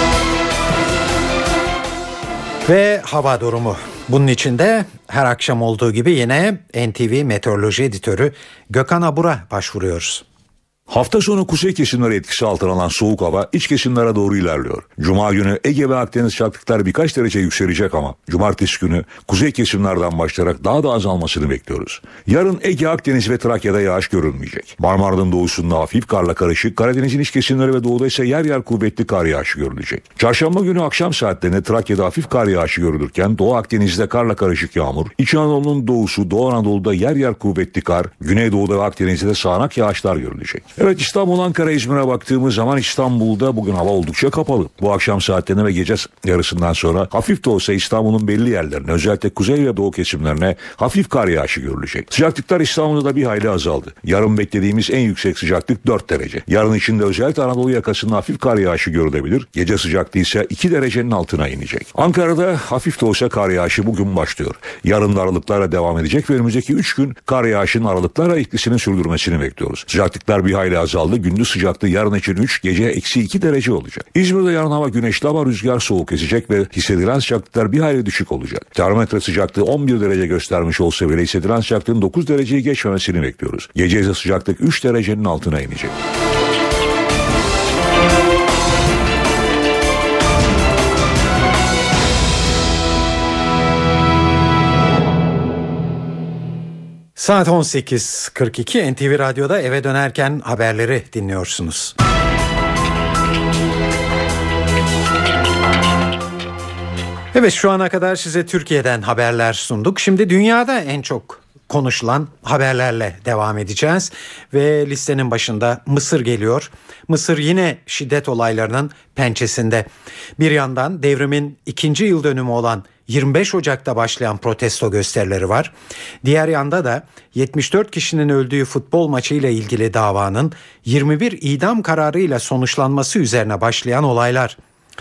S2: Ve hava durumu. Bunun için de her akşam olduğu gibi yine N T V Meteoroloji Editörü Gökhan Abur'a başvuruyoruz.
S18: Hafta sonu kuzey kesimleri etkisi altına alan soğuk hava iç kesimlere doğru ilerliyor. Cuma günü Ege ve Akdeniz sıcaklıklar birkaç derece yükselecek, ama cumartesi günü kuzey kesimlerden başlayarak daha da azalmasını bekliyoruz. Yarın Ege, Akdeniz ve Trakya'da yağış görülmeyecek. Marmara'nın doğusunda hafif karla karışık, Karadeniz'in iç kesimleri ve doğuda ise yer yer kuvvetli kar yağışı görülecek. Çarşamba günü akşam saatlerinde Trakya'da hafif kar yağışı görülürken Doğu Akdeniz'de karla karışık yağmur, İç Anadolu'nun doğusu, Doğu Anadolu'da yer yer kuvvetli kar, Güneydoğu'da ve Akdeniz'de de sağanak yağışlar görülecek. Evet, İstanbul, Ankara, İzmir'e baktığımız zaman İstanbul'da bugün hava oldukça kapalı. Bu akşam saatlerine ve gece yarısından sonra hafif de olsa İstanbul'un belli yerlerine, özellikle kuzey ve doğu kesimlerine hafif kar yağışı görülecek. Sıcaklıklar İstanbul'da da bir hayli azaldı. Yarın beklediğimiz en yüksek sıcaklık dört derece. Yarın içinde özellikle Anadolu yakasında hafif kar yağışı görülebilir. Gece sıcaklığı ise iki derecenin altına inecek. Ankara'da hafif de olsa kar yağışı bugün başlıyor. Yarın da aralıklarla devam edecek ve önümüzdeki üç gün kar yağışının aralıklarla etkisini sürdürmesini bekliyoruz. Sıcaklıklar bir hayli azaldı. Gündüz sıcaklığı yarın için üç, gece eksi iki derece olacak. İzmir'de yarın hava güneşli ama rüzgar soğuk esecek ve hissedilen sıcaklıklar bir hayli düşük olacak. Termometre sıcaklığı on bir derece göstermiş olsa bile hissedilen sıcaklığın dokuz dereceyi geçmemesini bekliyoruz. Gece ise sıcaklık üç derecenin altına inecek.
S2: Saat on sekiz kırk iki N T V Radyo'da eve dönerken haberleri dinliyorsunuz. Evet, şu ana kadar size Türkiye'den haberler sunduk. Şimdi dünyada en çok konuşulan haberlerle devam edeceğiz ve listenin başında Mısır geliyor. Mısır yine şiddet olaylarının pençesinde. Bir yandan devrimin ikinci yıl dönümü olan yirmi beş Ocak'ta başlayan protesto gösterileri var. Diğer yanda da yetmiş dört kişinin öldüğü futbol maçıyla ilgili davanın yirmi bir idam kararıyla sonuçlanması üzerine başlayan olaylar.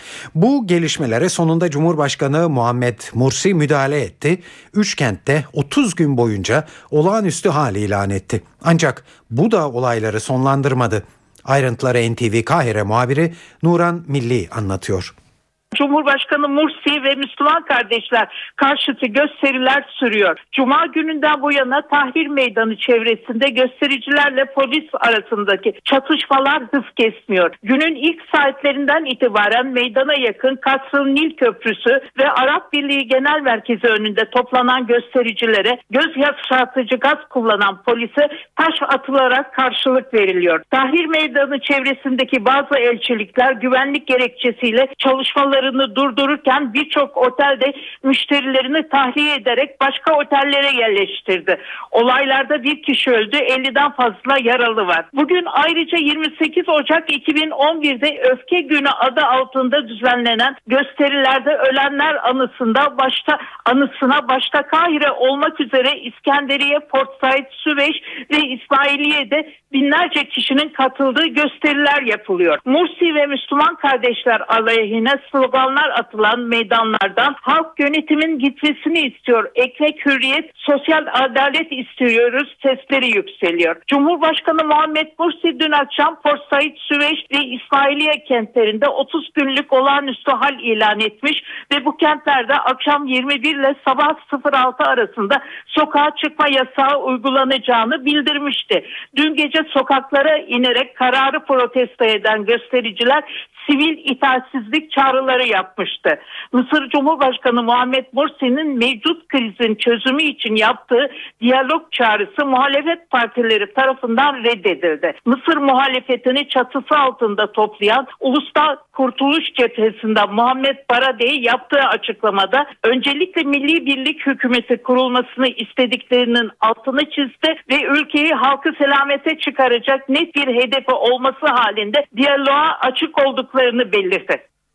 S2: Bu gelişmelere sonunda Cumhurbaşkanı Muhammed Mursi müdahale etti. Üç kentte otuz gün boyunca olağanüstü hal ilan etti. Ancak bu da olayları sonlandırmadı. Ayrıntıları N T V Kahire muhabiri Nuran Milli anlatıyor.
S19: Cumhurbaşkanı Mursi ve Müslüman kardeşler karşıtı gösteriler sürüyor. Cuma gününden bu yana Tahrir Meydanı çevresinde göstericilerle polis arasındaki çatışmalar hız kesmiyor. Günün ilk saatlerinden itibaren meydana yakın Kasr-ı Nil Köprüsü ve Arap Birliği Genel Merkezi önünde toplanan göstericilere göz yaşartıcı gaz kullanan polise taş atılarak karşılık veriliyor. Tahrir Meydanı çevresindeki bazı elçilikler güvenlik gerekçesiyle çalışmaları durdururken birçok otelde müşterilerini tahliye ederek başka otellere yerleştirdi. Olaylarda bir kişi öldü, elliden fazla yaralı var. Bugün ayrıca yirmi sekiz Ocak iki bin on birde Öfke Günü adı altında düzenlenen gösterilerde ölenler anısında başta anısına başta Kahire olmak üzere İskenderiye, Port Said, Süveyş ve İsmailiye'de binlerce kişinin katıldığı gösteriler yapılıyor. Mursi ve Müslüman kardeşler aleyhine sloganlar atılan meydanlardan halk yönetimin gitmesini istiyor, ekmek, hürriyet, sosyal adalet istiyoruz sesleri yükseliyor. Cumhurbaşkanı Muhammed Mursi dün akşam Port Said, Süveyş ve İsmailiye kentlerinde otuz günlük olağanüstü hal ilan etmiş ve bu kentlerde akşam yirmi bir ile sabah sıfır altı arasında sokağa çıkma yasağı uygulanacağını bildirmişti. Dün gece sokaklara inerek kararı protesto eden göstericiler sivil itaatsizlik çağrıları yapmıştı. Mısır Cumhurbaşkanı Muhammed Mursi'nin mevcut krizin çözümü için yaptığı diyalog çağrısı muhalefet partileri tarafından reddedildi. Mısır muhalefetini çatısı altında toplayan Ulusal Kurtuluş Cephesi'nden Muhammed Baradei yaptığı açıklamada öncelikle milli birlik hükümeti kurulmasını istediklerinin altını çizdi ve ülkeyi halkı selamete çıkaracak net bir hedefi olması halinde diyaloğa açık olduklarını belirtti.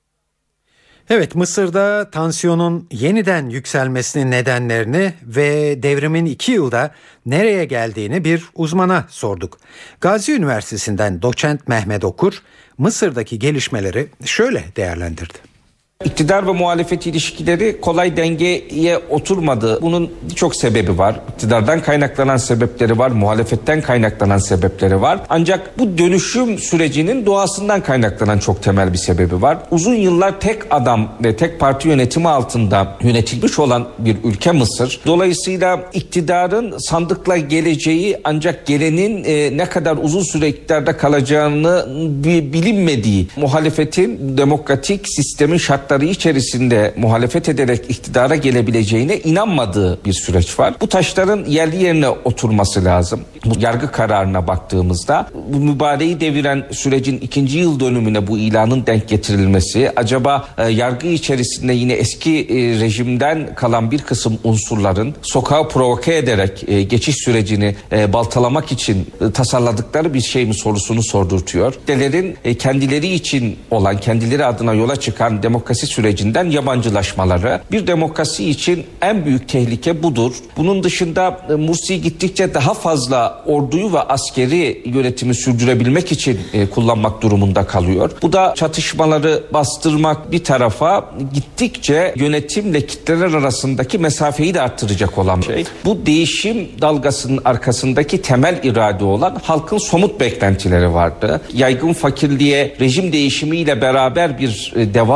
S2: Evet, Mısır'da tansiyonun yeniden yükselmesinin nedenlerini ve devrimin iki yılda nereye geldiğini bir uzmana sorduk. Gazi Üniversitesi'nden doçent Mehmet Okur, Mısır'daki gelişmeleri şöyle değerlendirdi.
S20: İktidar ve muhalefet ilişkileri kolay dengeye oturmadı. Bunun birçok sebebi var. İktidardan kaynaklanan sebepleri var, muhalefetten kaynaklanan sebepleri var. Ancak bu dönüşüm sürecinin doğasından kaynaklanan çok temel bir sebebi var. Uzun yıllar tek adam ve tek parti yönetimi altında yönetilmiş olan bir ülke Mısır. Dolayısıyla iktidarın sandıkla geleceği ancak gelenin e, ne kadar uzun süre iktidarda kalacağını bilinmediği, muhalefetin demokratik sistemin şartları içerisinde muhalefet ederek iktidara gelebileceğine inanmadığı bir süreç var. Bu taşların yerli yerine oturması lazım. Bu yargı kararına baktığımızda bu mübareği deviren sürecin ikinci yıl dönümüne bu ilanın denk getirilmesi, acaba e, yargı içerisinde yine eski e, rejimden kalan bir kısım unsurların sokağı provoke ederek e, geçiş sürecini e, baltalamak için e, tasarladıkları bir şey mi sorusunu sordurtuyor. Kitlelerin e, kendileri için olan, kendileri adına yola çıkan demokrasi sürecinden yabancılaşmaları. Bir demokrasi için en büyük tehlike budur. Bunun dışında e, Mursi gittikçe daha fazla orduyu ve askeri yönetimi sürdürebilmek için e, kullanmak durumunda kalıyor. Bu da çatışmaları bastırmak bir tarafa, gittikçe yönetimle kitleler arasındaki mesafeyi de arttıracak olan şey. Bu değişim dalgasının arkasındaki temel irade olan halkın somut beklentileri vardı. Yaygın fakirliğe rejim değişimiyle beraber bir e, deva bulunacak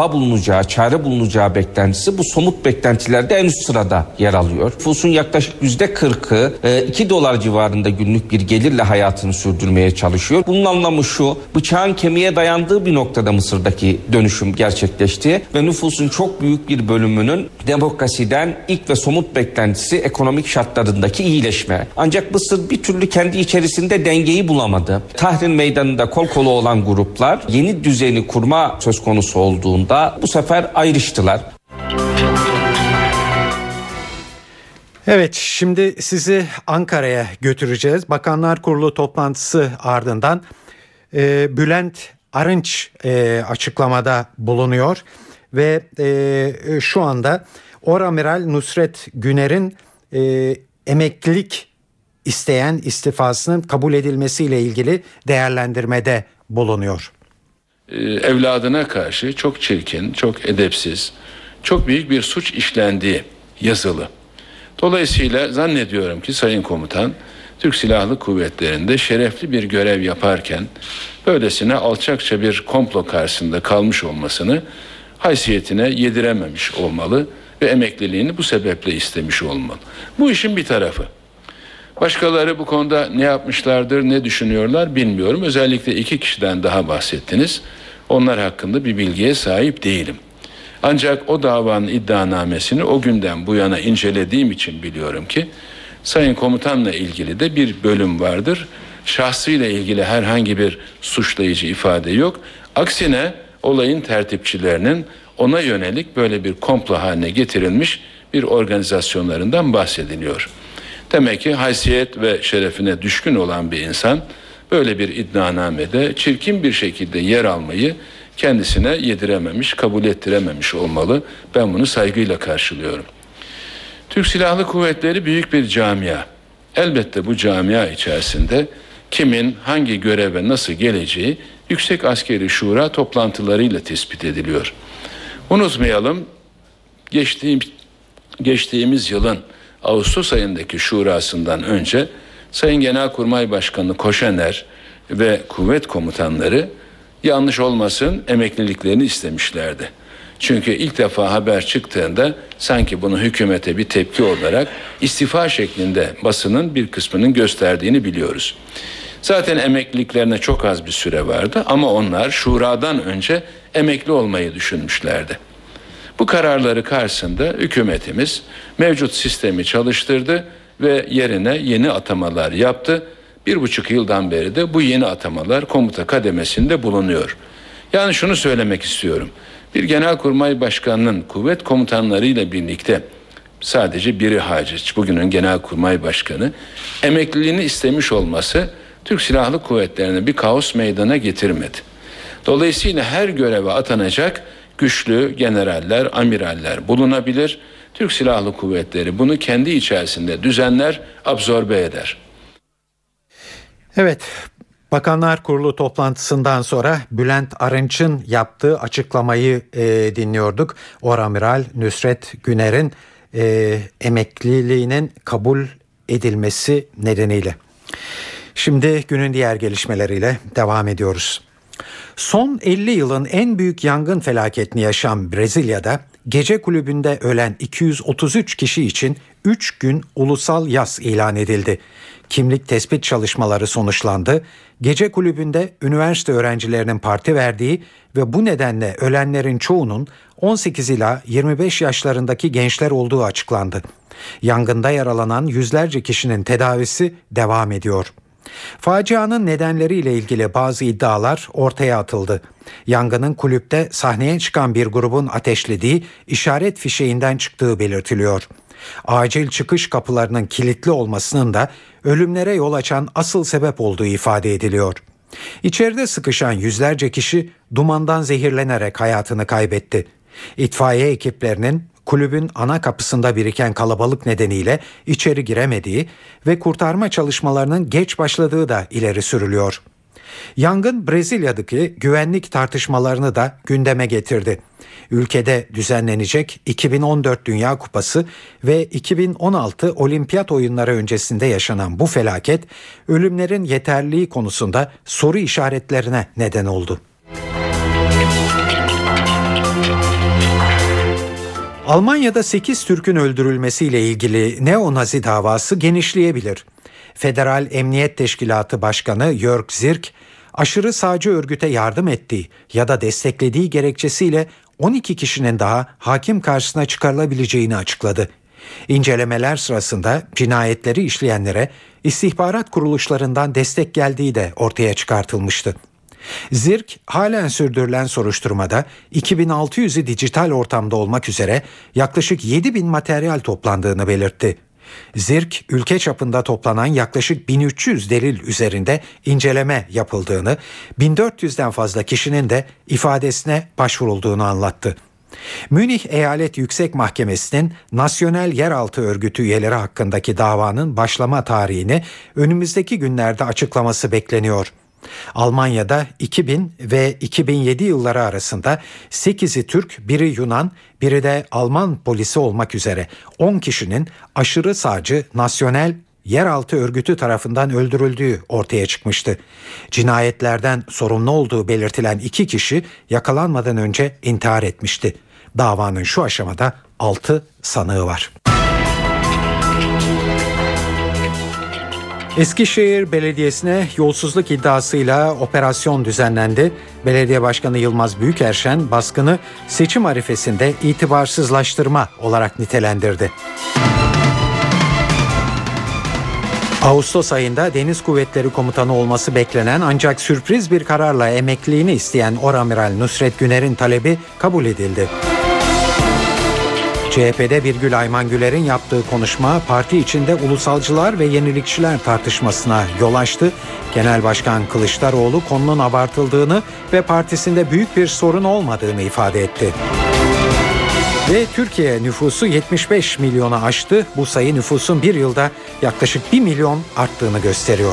S20: bulunacağı, çare bulunacağı beklentisi bu somut beklentilerde en üst sırada yer alıyor. Nüfusun yaklaşık yüzde kırkı iki dolar civarında günlük bir gelirle hayatını sürdürmeye çalışıyor. Bunun anlamı şu, bıçağın kemiğe dayandığı bir noktada Mısır'daki dönüşüm gerçekleşti ve nüfusun çok büyük bir bölümünün demokrasiden ilk ve somut beklentisi ekonomik şartlarındaki iyileşme. Ancak Mısır bir türlü kendi içerisinde dengeyi bulamadı. Tahrir meydanında kol kola olan gruplar yeni düzeni kurma söz konusu olduğunda bu sefer ayrıştılar.
S2: Evet, şimdi sizi Ankara'ya götüreceğiz. Bakanlar Kurulu toplantısı ardından e, Bülent Arınç e, açıklamada bulunuyor ve e, şu anda Oramiral Nusret Güner'in e, emeklilik isteyen istifasının kabul edilmesiyle ilgili değerlendirmede bulunuyor.
S21: Evladına karşı çok çirkin, çok edepsiz, çok büyük bir suç işlendiği yazılı. Dolayısıyla zannediyorum ki Sayın Komutan Türk Silahlı Kuvvetleri'nde şerefli bir görev yaparken böylesine alçakça bir komplo karşısında kalmış olmasını haysiyetine yedirememiş olmalı ve emekliliğini bu sebeple istemiş olmalı. Bu işin bir tarafı. Başkaları bu konuda ne yapmışlardır, ne düşünüyorlar bilmiyorum. Özellikle iki kişiden daha bahsettiniz. Onlar hakkında bir bilgiye sahip değilim. Ancak o davanın iddianamesini o günden bu yana incelediğim için biliyorum ki Sayın Komutan'la ilgili de bir bölüm vardır. Şahsıyla ilgili herhangi bir suçlayıcı ifade yok. Aksine olayın tertipçilerinin ona yönelik böyle bir komplo haline getirilmiş bir organizasyonlarından bahsediliyor. Demek ki haysiyet ve şerefine düşkün olan bir insan böyle bir iddianamede çirkin bir şekilde yer almayı kendisine yedirememiş, kabul ettirememiş olmalı. Ben bunu saygıyla karşılıyorum. Türk Silahlı Kuvvetleri büyük bir camia. Elbette bu camia içerisinde kimin hangi göreve nasıl geleceği Yüksek Askeri Şura toplantılarıyla tespit ediliyor. Unutmayalım, geçtiğimiz, geçtiğimiz yılın Ağustos ayındaki şurasından önce Sayın Genelkurmay Başkanı Koşener ve kuvvet komutanları yanlış olmasın emekliliklerini istemişlerdi. Çünkü ilk defa haber çıktığında sanki bunu hükümete bir tepki olarak istifa şeklinde basının bir kısmının gösterdiğini biliyoruz. Zaten emekliliklerine çok az bir süre vardı ama onlar şuradan önce emekli olmayı düşünmüşlerdi. Bu kararları karşısında hükümetimiz mevcut sistemi çalıştırdı ve yerine yeni atamalar yaptı. Bir buçuk yıldan beri de bu yeni atamalar komuta kademesinde bulunuyor. Yani şunu söylemek istiyorum. Bir genelkurmay başkanının kuvvet komutanlarıyla birlikte sadece biri hariç bugünün genelkurmay başkanı emekliliğini istemiş olması Türk Silahlı Kuvvetleri'ne bir kaos meydana getirmedi. Dolayısıyla her göreve atanacak güçlü generaller, amiraller bulunabilir. Türk Silahlı Kuvvetleri bunu kendi içerisinde düzenler, absorbe eder.
S2: Evet, Bakanlar Kurulu toplantısından sonra Bülent Arınç'ın yaptığı açıklamayı e, dinliyorduk. Oramiral Nusret Güner'in e, emekliliğinin kabul edilmesi nedeniyle. Şimdi günün diğer gelişmeleriyle devam ediyoruz. Son elli yılın en büyük yangın felaketini yaşayan Brezilya'da gece kulübünde ölen iki yüz otuz üç kişi için üç gün ulusal yas ilan edildi. Kimlik tespit çalışmaları sonuçlandı. Gece kulübünde üniversite öğrencilerinin parti verdiği ve bu nedenle ölenlerin çoğunun on sekiz ila yirmi beş yaşlarındaki gençler olduğu açıklandı. Yangında yaralanan yüzlerce kişinin tedavisi devam ediyor. Facianın nedenleriyle ilgili bazı iddialar ortaya atıldı. Yangının kulüpte sahneye çıkan bir grubun ateşlediği işaret fişeğinden çıktığı belirtiliyor. Acil çıkış kapılarının kilitli olmasının da ölümlere yol açan asıl sebep olduğu ifade ediliyor. İçeride sıkışan yüzlerce kişi dumandan zehirlenerek hayatını kaybetti. İtfaiye ekiplerinin kulübün ana kapısında biriken kalabalık nedeniyle içeri giremediği ve kurtarma çalışmalarının geç başladığı da ileri sürülüyor. Yangın Brezilya'daki güvenlik tartışmalarını da gündeme getirdi. Ülkede düzenlenecek iki bin on dört Dünya Kupası ve iki bin on altı Olimpiyat Oyunları öncesinde yaşanan bu felaket ölümlerin yeterliliği konusunda soru işaretlerine neden oldu. Almanya'da sekiz Türk'ün öldürülmesiyle ilgili neo-Nazi davası genişleyebilir. Federal Emniyet Teşkilatı Başkanı Jörg Zirk, aşırı sağcı örgüte yardım ettiği ya da desteklediği gerekçesiyle on iki kişinin daha hakim karşısına çıkarılabileceğini açıkladı. İncelemeler sırasında cinayetleri işleyenlere istihbarat kuruluşlarından destek geldiği de ortaya çıkartılmıştı. Zirk, halen sürdürülen soruşturmada iki bin altı yüzü dijital ortamda olmak üzere yaklaşık yedi bin materyal toplandığını belirtti. Zirk, ülke çapında toplanan yaklaşık bin üç yüz delil üzerinde inceleme yapıldığını, bin dört yüzden fazla kişinin de ifadesine başvurulduğunu anlattı. Münih Eyalet Yüksek Mahkemesi'nin Nasyonel Yeraltı Örgütü üyeleri hakkındaki davanın başlama tarihini önümüzdeki günlerde açıklaması bekleniyor. Almanya'da iki bin ve iki bin yedi yılları arasında sekizi Türk, biri Yunan, biri de Alman polisi olmak üzere on kişinin aşırı sağcı Nasyonel Yeraltı Örgütü tarafından öldürüldüğü ortaya çıkmıştı. Cinayetlerden sorumlu olduğu belirtilen iki kişi yakalanmadan önce intihar etmişti. Davanın şu aşamada altı sanığı var. Eskişehir Belediyesi'ne yolsuzluk iddiasıyla operasyon düzenlendi. Belediye Başkanı Yılmaz Büyükerşen baskını seçim arifesinde itibarsızlaştırma olarak nitelendirdi. Ağustos ayında Deniz Kuvvetleri Komutanı olması beklenen ancak sürpriz bir kararla emekliliğini isteyen Oramiral Nusret Güner'in talebi kabul edildi. C H P'de Birgül Ayman Güler'in yaptığı konuşma parti içinde ulusalcılar ve yenilikçiler tartışmasına yol açtı. Genel Başkan Kılıçdaroğlu konunun abartıldığını ve partisinde büyük bir sorun olmadığını ifade etti. Ve Türkiye nüfusu yetmiş beş milyonu aştı. Bu sayı nüfusun bir yılda yaklaşık bir milyon arttığını gösteriyor.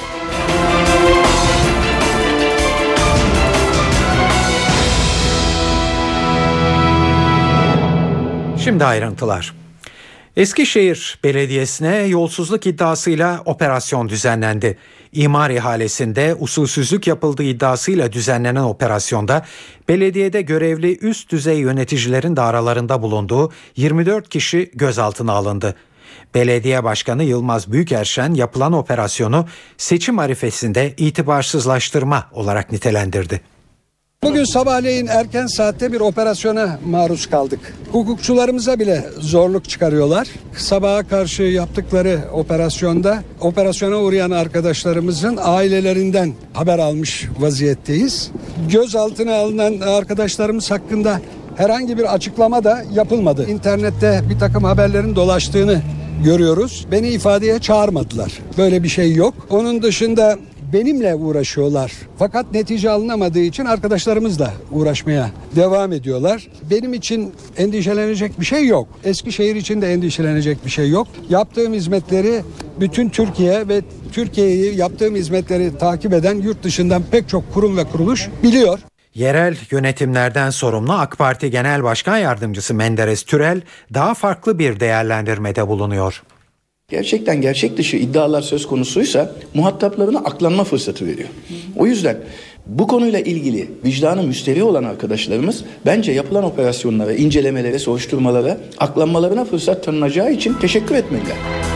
S2: Şimdi ayrıntılar. Eskişehir Belediyesi'ne yolsuzluk iddiasıyla operasyon düzenlendi. İmar ihalesinde usulsüzlük yapıldığı iddiasıyla düzenlenen operasyonda belediyede görevli üst düzey yöneticilerin de aralarında bulunduğu yirmi dört kişi gözaltına alındı. Belediye Başkanı Yılmaz Büyükerşen yapılan operasyonu seçim arifesinde itibarsızlaştırma olarak nitelendirdi.
S7: Bugün sabahleyin erken saatte bir operasyona maruz kaldık. Hukukçularımıza bile zorluk çıkarıyorlar. Sabaha karşı yaptıkları operasyonda operasyona uğrayan arkadaşlarımızın ailelerinden haber almış vaziyetteyiz. Gözaltına alınan arkadaşlarımız hakkında herhangi bir açıklama da yapılmadı. İnternette bir takım haberlerin dolaştığını görüyoruz. Beni ifadeye çağırmadılar. Böyle bir şey yok. Onun dışında benimle uğraşıyorlar. Fakat netice alınamadığı için arkadaşlarımızla uğraşmaya devam ediyorlar. Benim için endişelenecek bir şey yok. Eskişehir için de endişelenecek bir şey yok. Yaptığım hizmetleri bütün Türkiye ve Türkiye'yi yaptığım hizmetleri takip eden yurt dışından pek çok kurum ve kuruluş biliyor.
S2: Yerel yönetimlerden sorumlu AK Parti Genel Başkan Yardımcısı Menderes Türel daha farklı bir değerlendirmede bulunuyor.
S8: Gerçekten gerçek dışı iddialar söz konusuysa muhataplarına aklanma fırsatı veriyor. O yüzden bu konuyla ilgili vicdanı müsterih olan arkadaşlarımız bence yapılan operasyonlara, incelemelere, soruşturmalara, aklanmalarına fırsat tanınacağı için teşekkür etmeliler.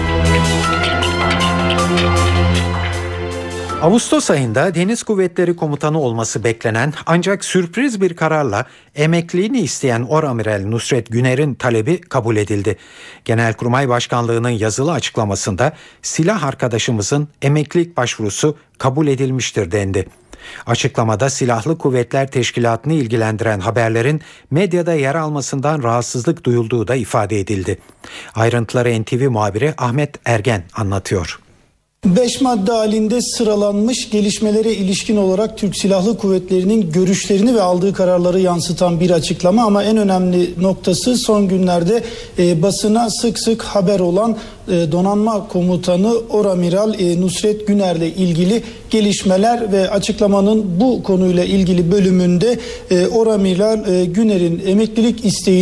S2: Ağustos ayında Deniz Kuvvetleri Komutanı olması beklenen ancak sürpriz bir kararla emekliliğini isteyen Oramiral Nusret Güner'in talebi kabul edildi. Genelkurmay Başkanlığı'nın yazılı açıklamasında silah arkadaşımızın emeklilik başvurusu kabul edilmiştir dendi. Açıklamada Silahlı Kuvvetler Teşkilatı'nı ilgilendiren haberlerin medyada yer almasından rahatsızlık duyulduğu da ifade edildi. Ayrıntıları N T V muhabiri Ahmet Ergen anlatıyor.
S5: Beş madde halinde sıralanmış gelişmelere ilişkin olarak Türk Silahlı Kuvvetleri'nin görüşlerini ve aldığı kararları yansıtan bir açıklama, ama en önemli noktası son günlerde e, basına sık sık haber olan e, Donanma Komutanı Oramiral e, Nusret Güner'le ilgili gelişmeler ve açıklamanın bu konuyla ilgili bölümünde e, Oramiral e, Güner'in emeklilik isteğinin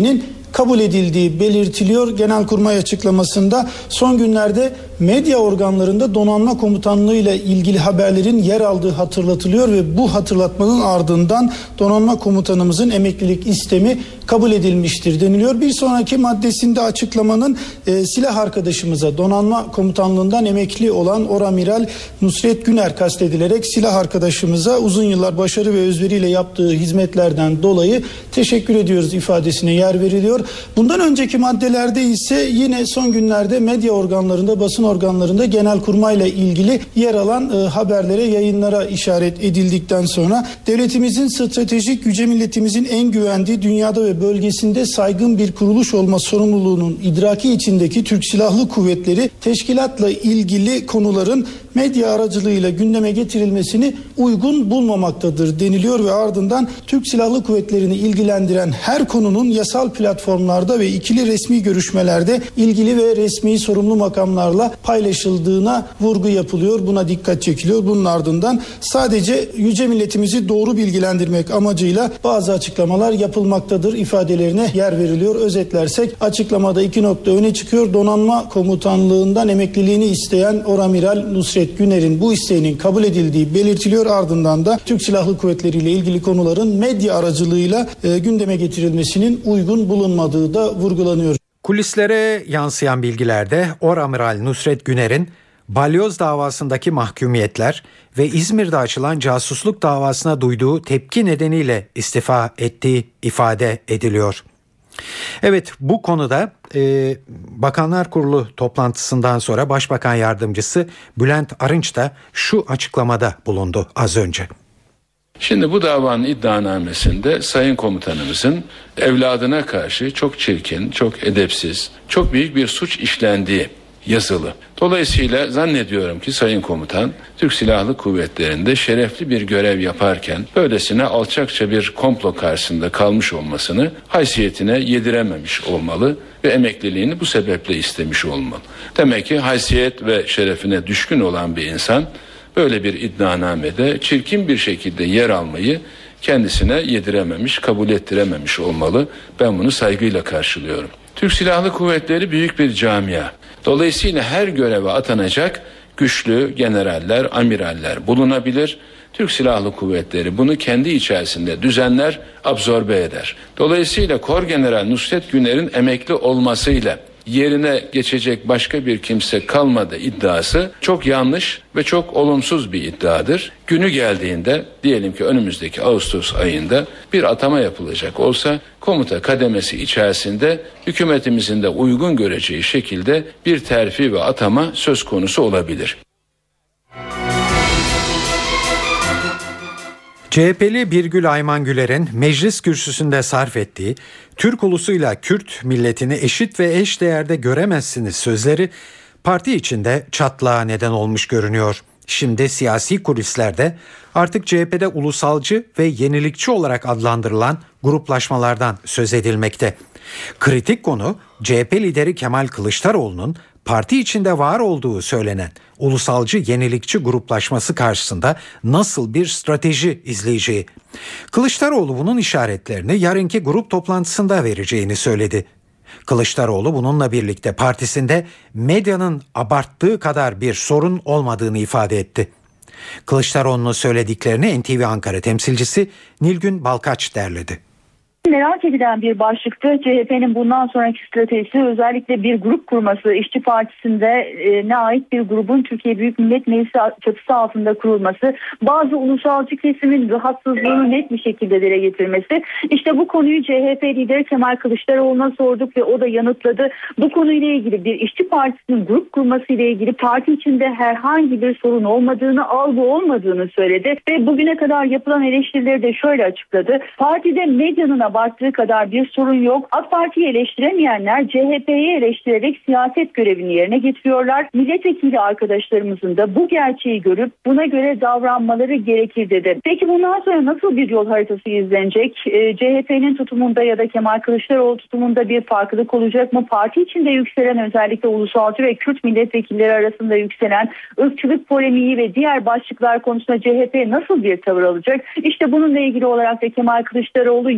S5: kabul edildiği belirtiliyor. Genelkurmay açıklamasında son günlerde medya organlarında donanma komutanlığı ile ilgili haberlerin yer aldığı hatırlatılıyor ve bu hatırlatmanın ardından donanma komutanımızın emeklilik istemi kabul edilmiştir deniliyor. Bir sonraki maddesinde açıklamanın e, silah arkadaşımıza, donanma komutanlığından emekli olan Oramiral Nusret Güner kastedilerek silah arkadaşımıza uzun yıllar başarı ve özveriyle yaptığı hizmetlerden dolayı teşekkür ediyoruz ifadesine yer veriliyor. Bundan önceki maddelerde ise yine son günlerde medya organlarında, basın organlarında Genelkurmay'la ilgili yer alan e, haberlere, yayınlara işaret edildikten sonra devletimizin stratejik güce milletimizin en güvendiği dünyada ve bölgesinde saygın bir kuruluş olma sorumluluğunun idraki içindeki Türk Silahlı Kuvvetleri teşkilatla ilgili konuların medya aracılığıyla gündeme getirilmesini uygun bulmamaktadır deniliyor ve ardından Türk Silahlı Kuvvetleri'ni ilgilendiren her konunun yasal platformlarda ve ikili resmi görüşmelerde ilgili ve resmi sorumlu makamlarla paylaşıldığına vurgu yapılıyor. Buna dikkat çekiliyor. Bunun ardından sadece yüce milletimizi doğru bilgilendirmek amacıyla bazı açıklamalar yapılmaktadır ifadelerine yer veriliyor. Özetlersek açıklamada iki nokta öne çıkıyor. Donanma komutanlığından emekliliğini isteyen Oramiral Nusret Güner'in bu isteğinin kabul edildiği belirtiliyor. Ardından da Türk Silahlı Kuvvetleri ile ilgili konuların medya aracılığıyla e, gündeme getirilmesinin uygun bulunmadığı da vurgulanıyor.
S2: Kulislere yansıyan bilgilerde Oramiral Nusret Güner'in Balyoz davasındaki mahkumiyetler ve İzmir'de açılan casusluk davasına duyduğu tepki nedeniyle istifa ettiği ifade ediliyor. Evet, bu konuda e, Bakanlar Kurulu toplantısından sonra Başbakan Yardımcısı Bülent Arınç da şu açıklamada bulundu az önce.
S21: Şimdi bu davanın iddianamesinde Sayın Komutanımızın evladına karşı çok çirkin, çok edepsiz, çok büyük bir suç işlendiği yazılı. Dolayısıyla zannediyorum ki Sayın Komutan Türk Silahlı Kuvvetleri'nde şerefli bir görev yaparken böylesine alçakça bir komplo karşısında kalmış olmasını haysiyetine yedirememiş olmalı ve emekliliğini bu sebeple istemiş olmalı. Demek ki haysiyet ve şerefine düşkün olan bir insan böyle bir iddianamede çirkin bir şekilde yer almayı kendisine yedirememiş, kabul ettirememiş olmalı. Ben bunu saygıyla karşılıyorum. Türk Silahlı Kuvvetleri büyük bir camia. Dolayısıyla her göreve atanacak güçlü generaller, amiraller bulunabilir. Türk Silahlı Kuvvetleri bunu kendi içerisinde düzenler, absorbe eder. Dolayısıyla Korgeneral Nusret Güner'in emekli olmasıyla yerine geçecek başka bir kimse kalmadı iddiası çok yanlış ve çok olumsuz bir iddiadır. Günü geldiğinde diyelim ki önümüzdeki Ağustos ayında bir atama yapılacak olsa komuta kademesi içerisinde hükümetimizin de uygun göreceği şekilde bir terfi ve atama söz konusu olabilir.
S2: C H P'li Birgül Ayman Güler'in meclis kürsüsünde sarf ettiği "Türk ulusuyla Kürt milletini eşit ve eş değerde göremezsiniz" sözleri parti içinde çatlağa neden olmuş görünüyor. Şimdi siyasi kulislerde artık C H P'de ulusalcı ve yenilikçi olarak adlandırılan gruplaşmalardan söz edilmekte. Kritik konu C H P lideri Kemal Kılıçdaroğlu'nun parti içinde var olduğu söylenen ulusalcı yenilikçi gruplaşması karşısında nasıl bir strateji izleyeceği. Kılıçdaroğlu bunun işaretlerini yarınki grup toplantısında vereceğini söyledi. Kılıçdaroğlu bununla birlikte partisinde medyanın abarttığı kadar bir sorun olmadığını ifade etti. Kılıçdaroğlu'nun söylediklerini N T V Ankara temsilcisi Nilgün Balkaç derledi.
S1: Merak edilen bir başlıktı. C H P'nin bundan sonraki stratejisi özellikle bir grup kurması, İşçi Partisi'nde e, ne ait bir grubun Türkiye Büyük Millet Meclisi çatısı altında kurulması, bazı ulusalcı kesimin rahatsızlığını net bir şekilde dile getirmesi. İşte bu konuyu C H P lideri Kemal Kılıçdaroğlu'na sorduk ve o da yanıtladı. Bu konuyla ilgili bir İşçi Partisi'nin grup kurması ile ilgili parti içinde herhangi bir sorun olmadığını, algı olmadığını söyledi ve bugüne kadar yapılan eleştirileri de şöyle açıkladı. Partide medyanın abarttığı kadar bir sorun yok. AK Parti'yi eleştiremeyenler C H P'yi eleştirerek siyaset görevini yerine getiriyorlar. Milletvekili arkadaşlarımızın da bu gerçeği görüp buna göre davranmaları gerekir dedi. Peki bundan sonra nasıl bir yol haritası izlenecek? E, C H P'nin tutumunda ya da Kemal Kılıçdaroğlu tutumunda bir farklılık olacak mı? Parti içinde yükselen, özellikle ulusalcı ve Kürt milletvekilleri arasında yükselen ırkçılık polemiği ve diğer başlıklar konusunda C H P nasıl bir tavır alacak? İşte bununla ilgili olarak da Kemal Kılıçdaroğlu yarını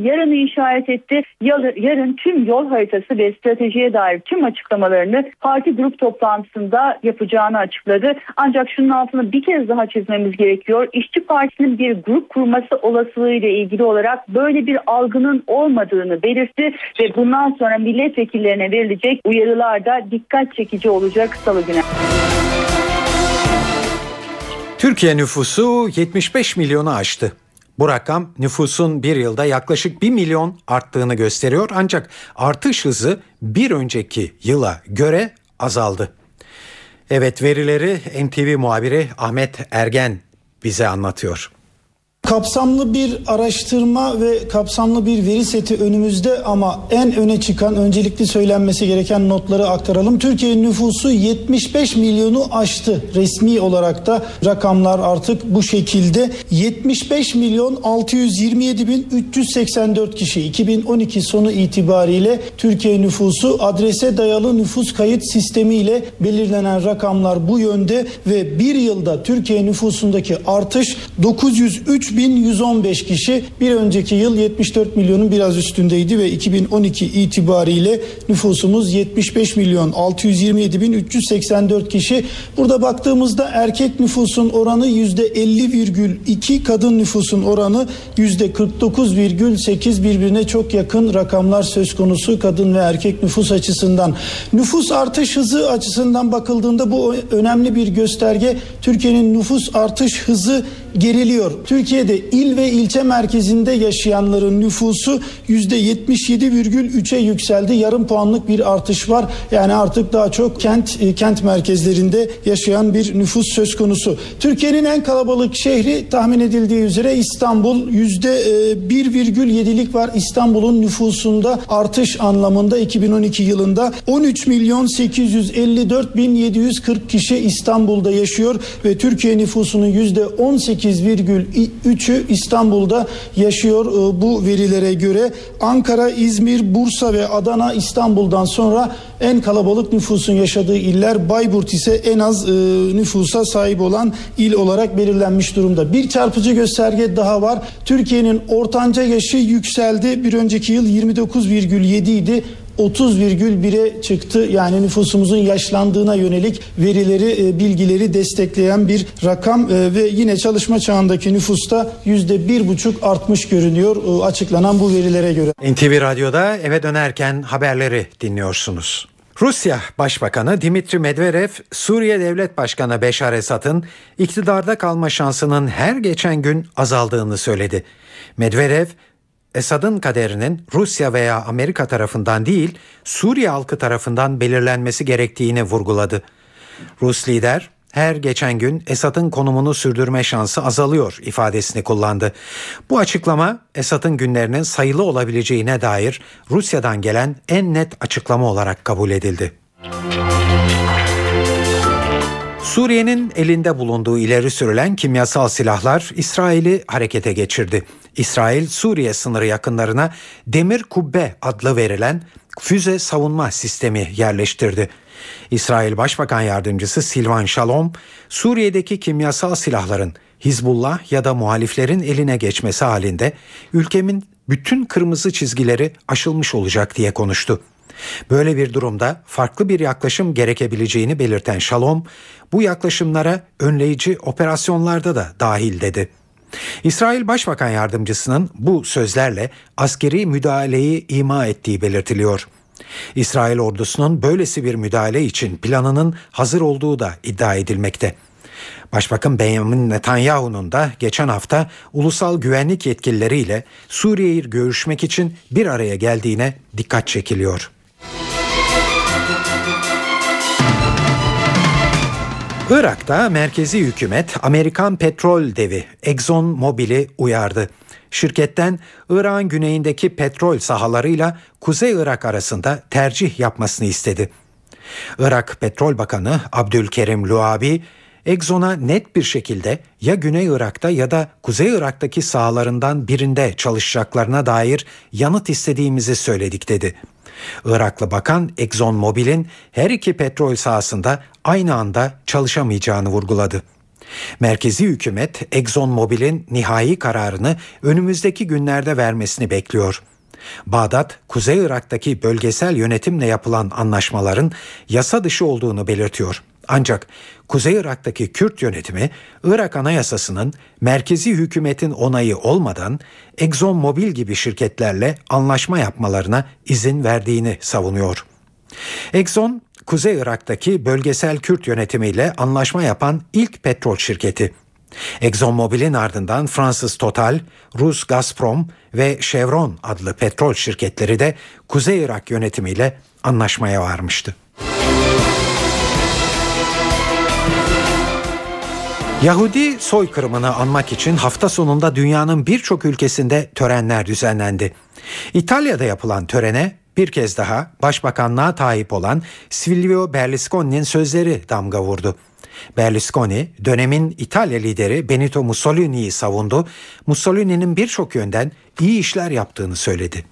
S1: işaret etti. Yarın tüm yol haritası ve stratejiye dair tüm açıklamalarını parti grup toplantısında yapacağını açıkladı. Ancak şunun altını bir kez daha çizmemiz gerekiyor. İşçi Partisi'nin bir grup kurması olasılığıyla ilgili olarak böyle bir algının olmadığını belirtti ve bundan sonra milletvekillerine verilecek uyarılar da dikkat çekici olacak salı günü.
S2: Türkiye nüfusu yetmiş beş milyonu aştı. Bu rakam nüfusun bir yılda yaklaşık bir milyon arttığını gösteriyor ancak artış hızı bir önceki yıla göre azaldı. Evet, verileri N T V muhabiri Ahmet Ergen bize anlatıyor.
S5: Kapsamlı bir araştırma ve kapsamlı bir veri seti önümüzde ama en öne çıkan, öncelikli söylenmesi gereken notları aktaralım. Türkiye nüfusu yetmiş beş milyonu aştı. Resmi olarak da rakamlar artık bu şekilde. yetmiş beş milyon altı yüz yirmi yedi bin üç yüz seksen dört kişi iki bin on iki sonu itibariyle Türkiye nüfusu adrese dayalı nüfus kayıt sistemiyle belirlenen rakamlar bu yönde ve bir yılda Türkiye nüfusundaki artış dokuz yüz üç bin yüz on beş kişi. Bir önceki yıl yetmiş dört milyonun biraz üstündeydi ve iki bin on iki itibariyle nüfusumuz yetmiş beş milyon altı yüz yirmi yedi bin üç yüz seksen dört kişi. Burada baktığımızda erkek nüfusun oranı yüzde elli virgül iki, kadın nüfusun oranı yüzde kırk dokuz virgül sekiz, birbirine çok yakın rakamlar söz konusu kadın ve erkek nüfus açısından. Nüfus artış hızı açısından bakıldığında bu önemli bir gösterge. Türkiye'nin nüfus artış hızı geriliyor. Türkiye'de il ve ilçe merkezinde yaşayanların nüfusu yüzde yetmiş yedi virgül üçe yükseldi. Yarım puanlık bir artış var. Yani artık daha çok kent kent merkezlerinde yaşayan bir nüfus söz konusu. Türkiye'nin en kalabalık şehri tahmin edildiği üzere İstanbul. yüzde bir virgül yedilik var İstanbul'un nüfusunda artış anlamında. iki bin on iki yılında on üç milyon sekiz yüz elli dört bin yedi yüz kırk kişi İstanbul'da yaşıyor ve Türkiye nüfusunun yüzde on sekiz virgül üçü İstanbul'da yaşıyor bu verilere göre. Ankara, İzmir, Bursa ve Adana İstanbul'dan sonra en kalabalık nüfusun yaşadığı iller. Bayburt ise en az e, nüfusa sahip olan il olarak belirlenmiş durumda. Bir çarpıcı gösterge daha var. Türkiye'nin ortanca yaşı yükseldi. Bir önceki yıl yirmi dokuz virgül yedi idi. otuz virgül bire çıktı. Yani nüfusumuzun yaşlandığına yönelik verileri, bilgileri destekleyen bir rakam ve yine çalışma çağındaki nüfusta yüzde bir buçuk artmış görünüyor açıklanan bu verilere göre.
S2: N T V Radyo'da eve dönerken haberleri dinliyorsunuz. Rusya Başbakanı Dimitri Medvedev, Suriye Devlet Başkanı Beşar Esad'ın iktidarda kalma şansının her geçen gün azaldığını söyledi. Medvedev, Esad'ın kaderinin Rusya veya Amerika tarafından değil, Suriye halkı tarafından belirlenmesi gerektiğini vurguladı. Rus lider, her geçen gün Esad'ın konumunu sürdürme şansı azalıyor ifadesini kullandı. Bu açıklama Esad'ın günlerinin sayılı olabileceğine dair Rusya'dan gelen en net açıklama olarak kabul edildi. Suriye'nin elinde bulunduğu ileri sürülen kimyasal silahlar İsrail'i harekete geçirdi. İsrail, Suriye sınırı yakınlarına Demir Kubbe adlı verilen füze savunma sistemi yerleştirdi. İsrail Başbakan Yardımcısı Silvan Shalom, Suriye'deki kimyasal silahların Hizbullah ya da muhaliflerin eline geçmesi halinde ülkemin bütün kırmızı çizgileri aşılmış olacak diye konuştu. Böyle bir durumda farklı bir yaklaşım gerekebileceğini belirten Shalom, bu yaklaşımlara önleyici operasyonlarda da dahil dedi. İsrail Başbakan Yardımcısının bu sözlerle askeri müdahaleyi ima ettiği belirtiliyor. İsrail ordusunun böylesi bir müdahale için planının hazır olduğu da iddia edilmekte. Başbakan Benjamin Netanyahu'nun da geçen hafta ulusal güvenlik yetkilileriyle Suriye'yi görüşmek için bir araya geldiğine dikkat çekiliyor. Irak'ta merkezi hükümet Amerikan petrol devi Exxon Mobil'i uyardı. Şirketten Irak'ın güneyindeki petrol sahalarıyla Kuzey Irak arasında tercih yapmasını istedi. Irak Petrol Bakanı Abdülkerim Luabi, Exxon'a net bir şekilde ya Güney Irak'ta ya da Kuzey Irak'taki sahalarından birinde çalışacaklarına dair yanıt istediğimizi söyledik dedi. Iraklı bakan Exxon Mobil'in her iki petrol sahasında aynı anda çalışamayacağını vurguladı. Merkezi hükümet Exxon Mobil'in nihai kararını önümüzdeki günlerde vermesini bekliyor. Bağdat, Kuzey Irak'taki bölgesel yönetimle yapılan anlaşmaların yasa dışı olduğunu belirtiyor. Ancak Kuzey Irak'taki Kürt yönetimi, Irak Anayasası'nın merkezi hükümetin onayı olmadan ExxonMobil gibi şirketlerle anlaşma yapmalarına izin verdiğini savunuyor. Exxon, Kuzey Irak'taki bölgesel Kürt yönetimiyle anlaşma yapan ilk petrol şirketi. ExxonMobil'in ardından Fransız Total, Rus Gazprom ve Chevron adlı petrol şirketleri de Kuzey Irak yönetimiyle anlaşmaya varmıştı. Yahudi soykırımını anmak için hafta sonunda dünyanın birçok ülkesinde törenler düzenlendi. İtalya'da yapılan törene bir kez daha başbakanlığa talip olan Silvio Berlusconi'nin sözleri damga vurdu. Berlusconi dönemin İtalya lideri Benito Mussolini'yi savundu. Mussolini'nin birçok yönden iyi işler yaptığını söyledi.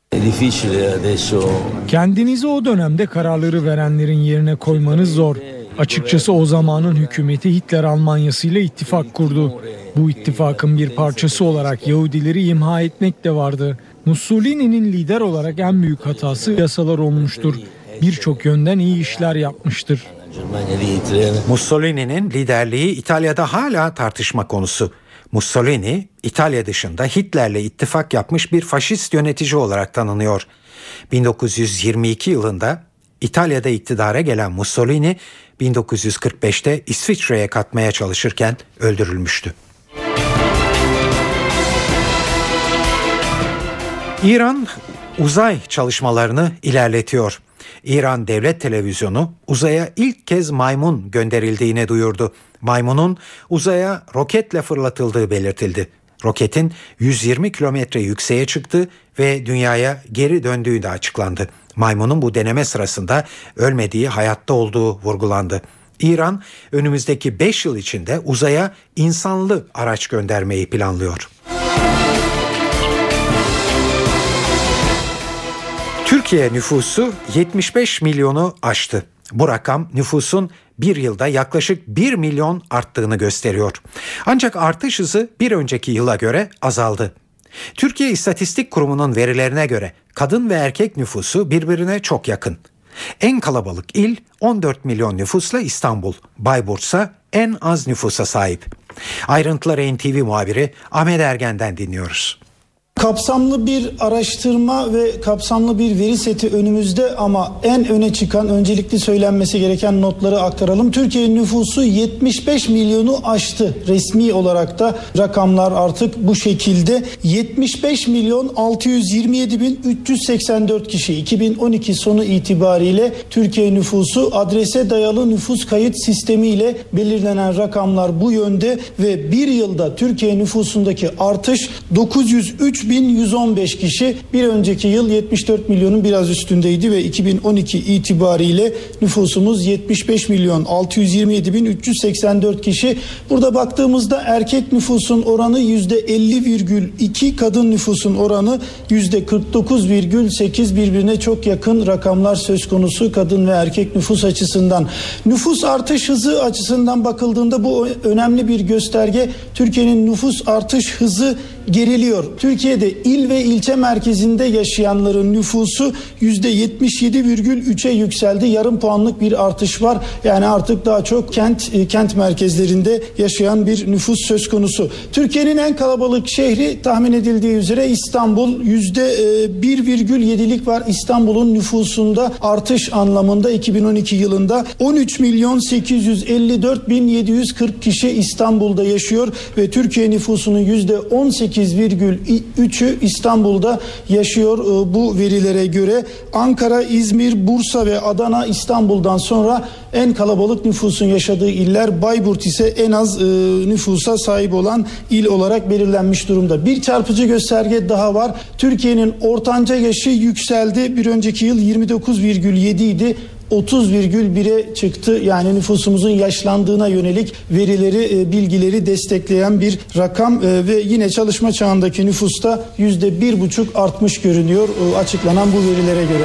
S3: Kendinizi o dönemde kararları verenlerin yerine koymanız zor. Açıkçası o zamanın hükümeti Hitler Almanyası ile ittifak kurdu. Bu ittifakın bir parçası olarak Yahudileri imha etmek de vardı. Mussolini'nin lider olarak en büyük hatası yasalar olmuştur. Birçok yönden iyi işler yapmıştır.
S2: Mussolini'nin liderliği İtalya'da hala tartışma konusu. Mussolini, İtalya dışında Hitler'le ittifak yapmış bir faşist yönetici olarak tanınıyor. bin dokuz yüz yirmi iki yılında İtalya'da iktidara gelen Mussolini, bin dokuz yüz kırk beşte İsviçre'ye katmaya çalışırken öldürülmüştü. İran uzay çalışmalarını ilerletiyor. İran Devlet Televizyonu uzaya ilk kez maymun gönderildiğini duyurdu. Maymunun uzaya roketle fırlatıldığı belirtildi. Roketin yüz yirmi kilometre yükseğe çıktı ve dünyaya geri döndüğü de açıklandı. Maymunun bu deneme sırasında ölmediği, hayatta olduğu vurgulandı. İran önümüzdeki beş yıl içinde uzaya insanlı araç göndermeyi planlıyor. Türkiye nüfusu yetmiş beş milyonu aştı. Bu rakam nüfusun bir yılda yaklaşık bir milyon arttığını gösteriyor. Ancak artış hızı bir önceki yıla göre azaldı. Türkiye İstatistik Kurumu'nun verilerine göre kadın ve erkek nüfusu birbirine çok yakın. En kalabalık il on dört milyon nüfusla İstanbul, Bayburt'sa en az nüfusa sahip. Ayrıntıları N T V muhabiri Ahmet Ergen'den dinliyoruz.
S5: Kapsamlı bir araştırma ve kapsamlı bir veri seti önümüzde ama en öne çıkan, öncelikli söylenmesi gereken notları aktaralım. Türkiye nüfusu yetmiş beş milyonu aştı. Resmi olarak da rakamlar artık bu şekilde. yetmiş beş milyon altı yüz yirmi yedi bin üç yüz seksen dört kişi iki bin on iki sonu itibariyle Türkiye nüfusu adrese dayalı nüfus kayıt sistemi ile belirlenen rakamlar bu yönde ve bir yılda Türkiye nüfusundaki artış dokuz yüz üç bin yüz on beş kişi. Bir önceki yıl yetmiş dört milyonun biraz üstündeydi ve iki bin on iki itibariyle nüfusumuz yetmiş beş milyon altı yüz yirmi yedi bin üç yüz seksen dört kişi. Burada baktığımızda erkek nüfusun oranı yüzde elli virgül iki, kadın nüfusun oranı yüzde kırk dokuz virgül sekiz, birbirine çok yakın rakamlar söz konusu kadın ve erkek nüfus açısından. Nüfus artış hızı açısından bakıldığında bu önemli bir gösterge. Türkiye'nin nüfus artış hızı geriliyor. Türkiye'de il ve ilçe merkezinde yaşayanların nüfusu yüzde yetmiş yedi virgül üçe yükseldi. Yarım puanlık bir artış var. Yani artık daha çok kent kent merkezlerinde yaşayan bir nüfus söz konusu. Türkiye'nin en kalabalık şehri tahmin edildiği üzere İstanbul. yüzde bir virgül yedilik var İstanbul'un nüfusunda artış anlamında. iki bin on iki yılında on üç milyon sekiz yüz elli dört bin yedi yüz kırk kişi İstanbul'da yaşıyor ve Türkiye nüfusunun yüzde on sekiz virgül üçü İstanbul'da yaşıyor bu verilere göre. Ankara, İzmir, Bursa ve Adana İstanbul'dan sonra en kalabalık nüfusun yaşadığı iller. Bayburt ise en az e, nüfusa sahip olan il olarak belirlenmiş durumda. Bir çarpıcı gösterge daha var. Türkiye'nin ortanca yaşı yükseldi. Bir önceki yıl yirmi dokuz virgül yedi idi. otuz virgül bire çıktı. Yani nüfusumuzun yaşlandığına yönelik verileri, bilgileri destekleyen bir rakam ve yine çalışma çağındaki nüfusta yüzde bir buçuk artmış görünüyor açıklanan bu verilere göre.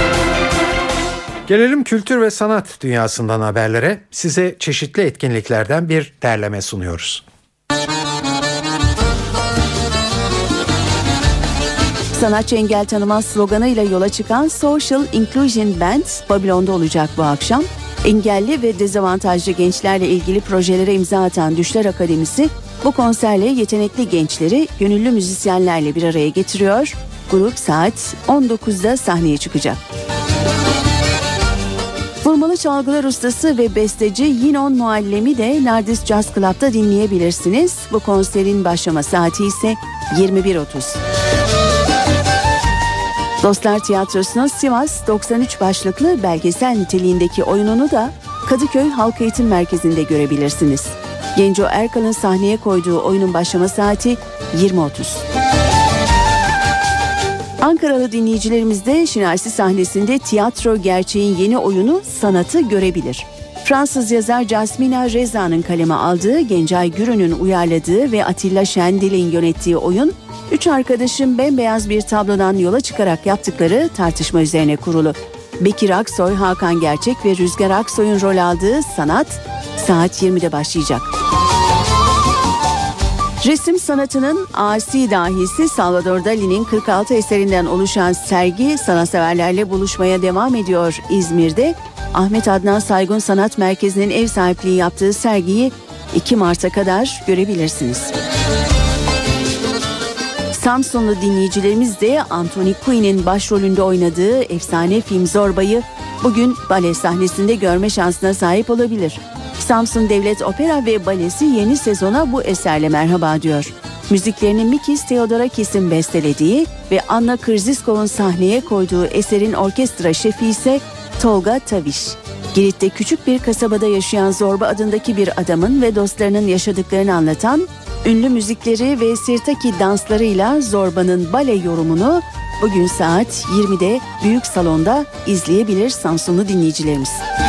S2: Gelelim kültür ve sanat dünyasından haberlere. Size çeşitli etkinliklerden bir derleme sunuyoruz.
S4: Sanatçı engel tanımaz sloganıyla yola çıkan Social Inclusion Band Babilon'da olacak bu akşam. Engelli ve dezavantajlı gençlerle ilgili projelere imza atan Düşler Akademisi bu konserle yetenekli gençleri gönüllü müzisyenlerle bir araya getiriyor. Grup saat on dokuzda sahneye çıkacak. Vurmalı çalgılar ustası ve besteci Yinon Muallem'i de Nardis Jazz Club'da dinleyebilirsiniz. Bu konserin başlama saati ise yirmi bir otuz. Dostlar Tiyatrosu'nun Sivas doksan üç başlıklı belgesel niteliğindeki oyununu da Kadıköy Halk Eğitim Merkezi'nde görebilirsiniz. Genco Erkal'ın sahneye koyduğu oyunun başlama saati yirmi otuz. Ankaralı dinleyicilerimiz de Şinasi sahnesinde tiyatro gerçeğin yeni oyunu Sanat'ı görebilir. Fransız yazar Jasmina Reza'nın kaleme aldığı, Gencay Gürün'ün uyarladığı ve Atilla Şendil'in yönettiği oyun, üç arkadaşın bembeyaz bir tablodan yola çıkarak yaptıkları tartışma üzerine kurulu. Bekir Aksoy, Hakan Gerçek ve Rüzgar Aksoy'un rol aldığı Sanat, saat yirmide başlayacak. Resim sanatının asi dahisi Salvador Dali'nin kırk altı eserinden oluşan sergi sanatseverlerle buluşmaya devam ediyor İzmir'de. Ahmet Adnan Saygun Sanat Merkezi'nin ev sahipliği yaptığı sergiyi iki Mart'a kadar görebilirsiniz. Samsunlu dinleyicilerimiz de Anthony Quinn'in başrolünde oynadığı efsane film Zorba'yı bugün bale sahnesinde görme şansına sahip olabilir. Samsun Devlet Opera ve Balesi yeni sezona bu eserle merhaba diyor. Müziklerini Mikis Theodorakis'in bestelediği ve Anna Kırziskov'un sahneye koyduğu eserin orkestra şefi ise Tolga Taviş. Girit'te küçük bir kasabada yaşayan Zorba adındaki bir adamın ve dostlarının yaşadıklarını anlatan ünlü müzikleri ve sirtaki danslarıyla Zorba'nın bale yorumunu bugün saat yirmide Büyük Salon'da izleyebilir Samsunlu dinleyicilerimiz.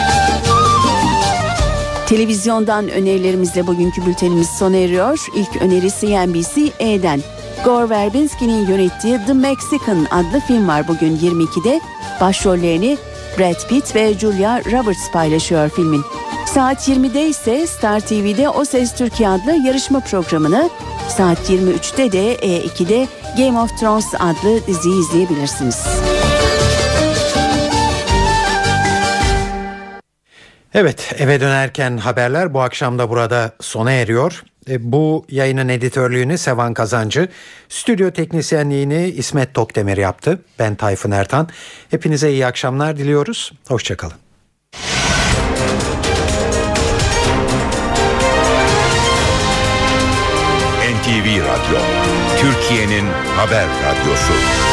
S4: Televizyondan önerilerimizle bugünkü bültenimiz sona eriyor. İlk öneri C N B C E'den. Gore Verbinski'nin yönettiği The Mexican adlı film var bugün yirmi ikide. Başrollerini Brad Pitt ve Julia Roberts paylaşıyor filmin. Saat yirmide ise Star T V'de O Ses Türkiye adlı yarışma programını, saat yirmi üçte de E iki'de Game of Thrones adlı diziyi izleyebilirsiniz.
S2: Evet, eve dönerken haberler bu akşam da burada sona eriyor. E, bu yayının editörlüğünü Sevan Kazancı, stüdyo teknisyenliğini İsmet Tokdemir yaptı. Ben Tayfun Ertan. Hepinize iyi akşamlar diliyoruz. Hoşçakalın.
S22: N T V Radyo, Türkiye'nin haber radyosu.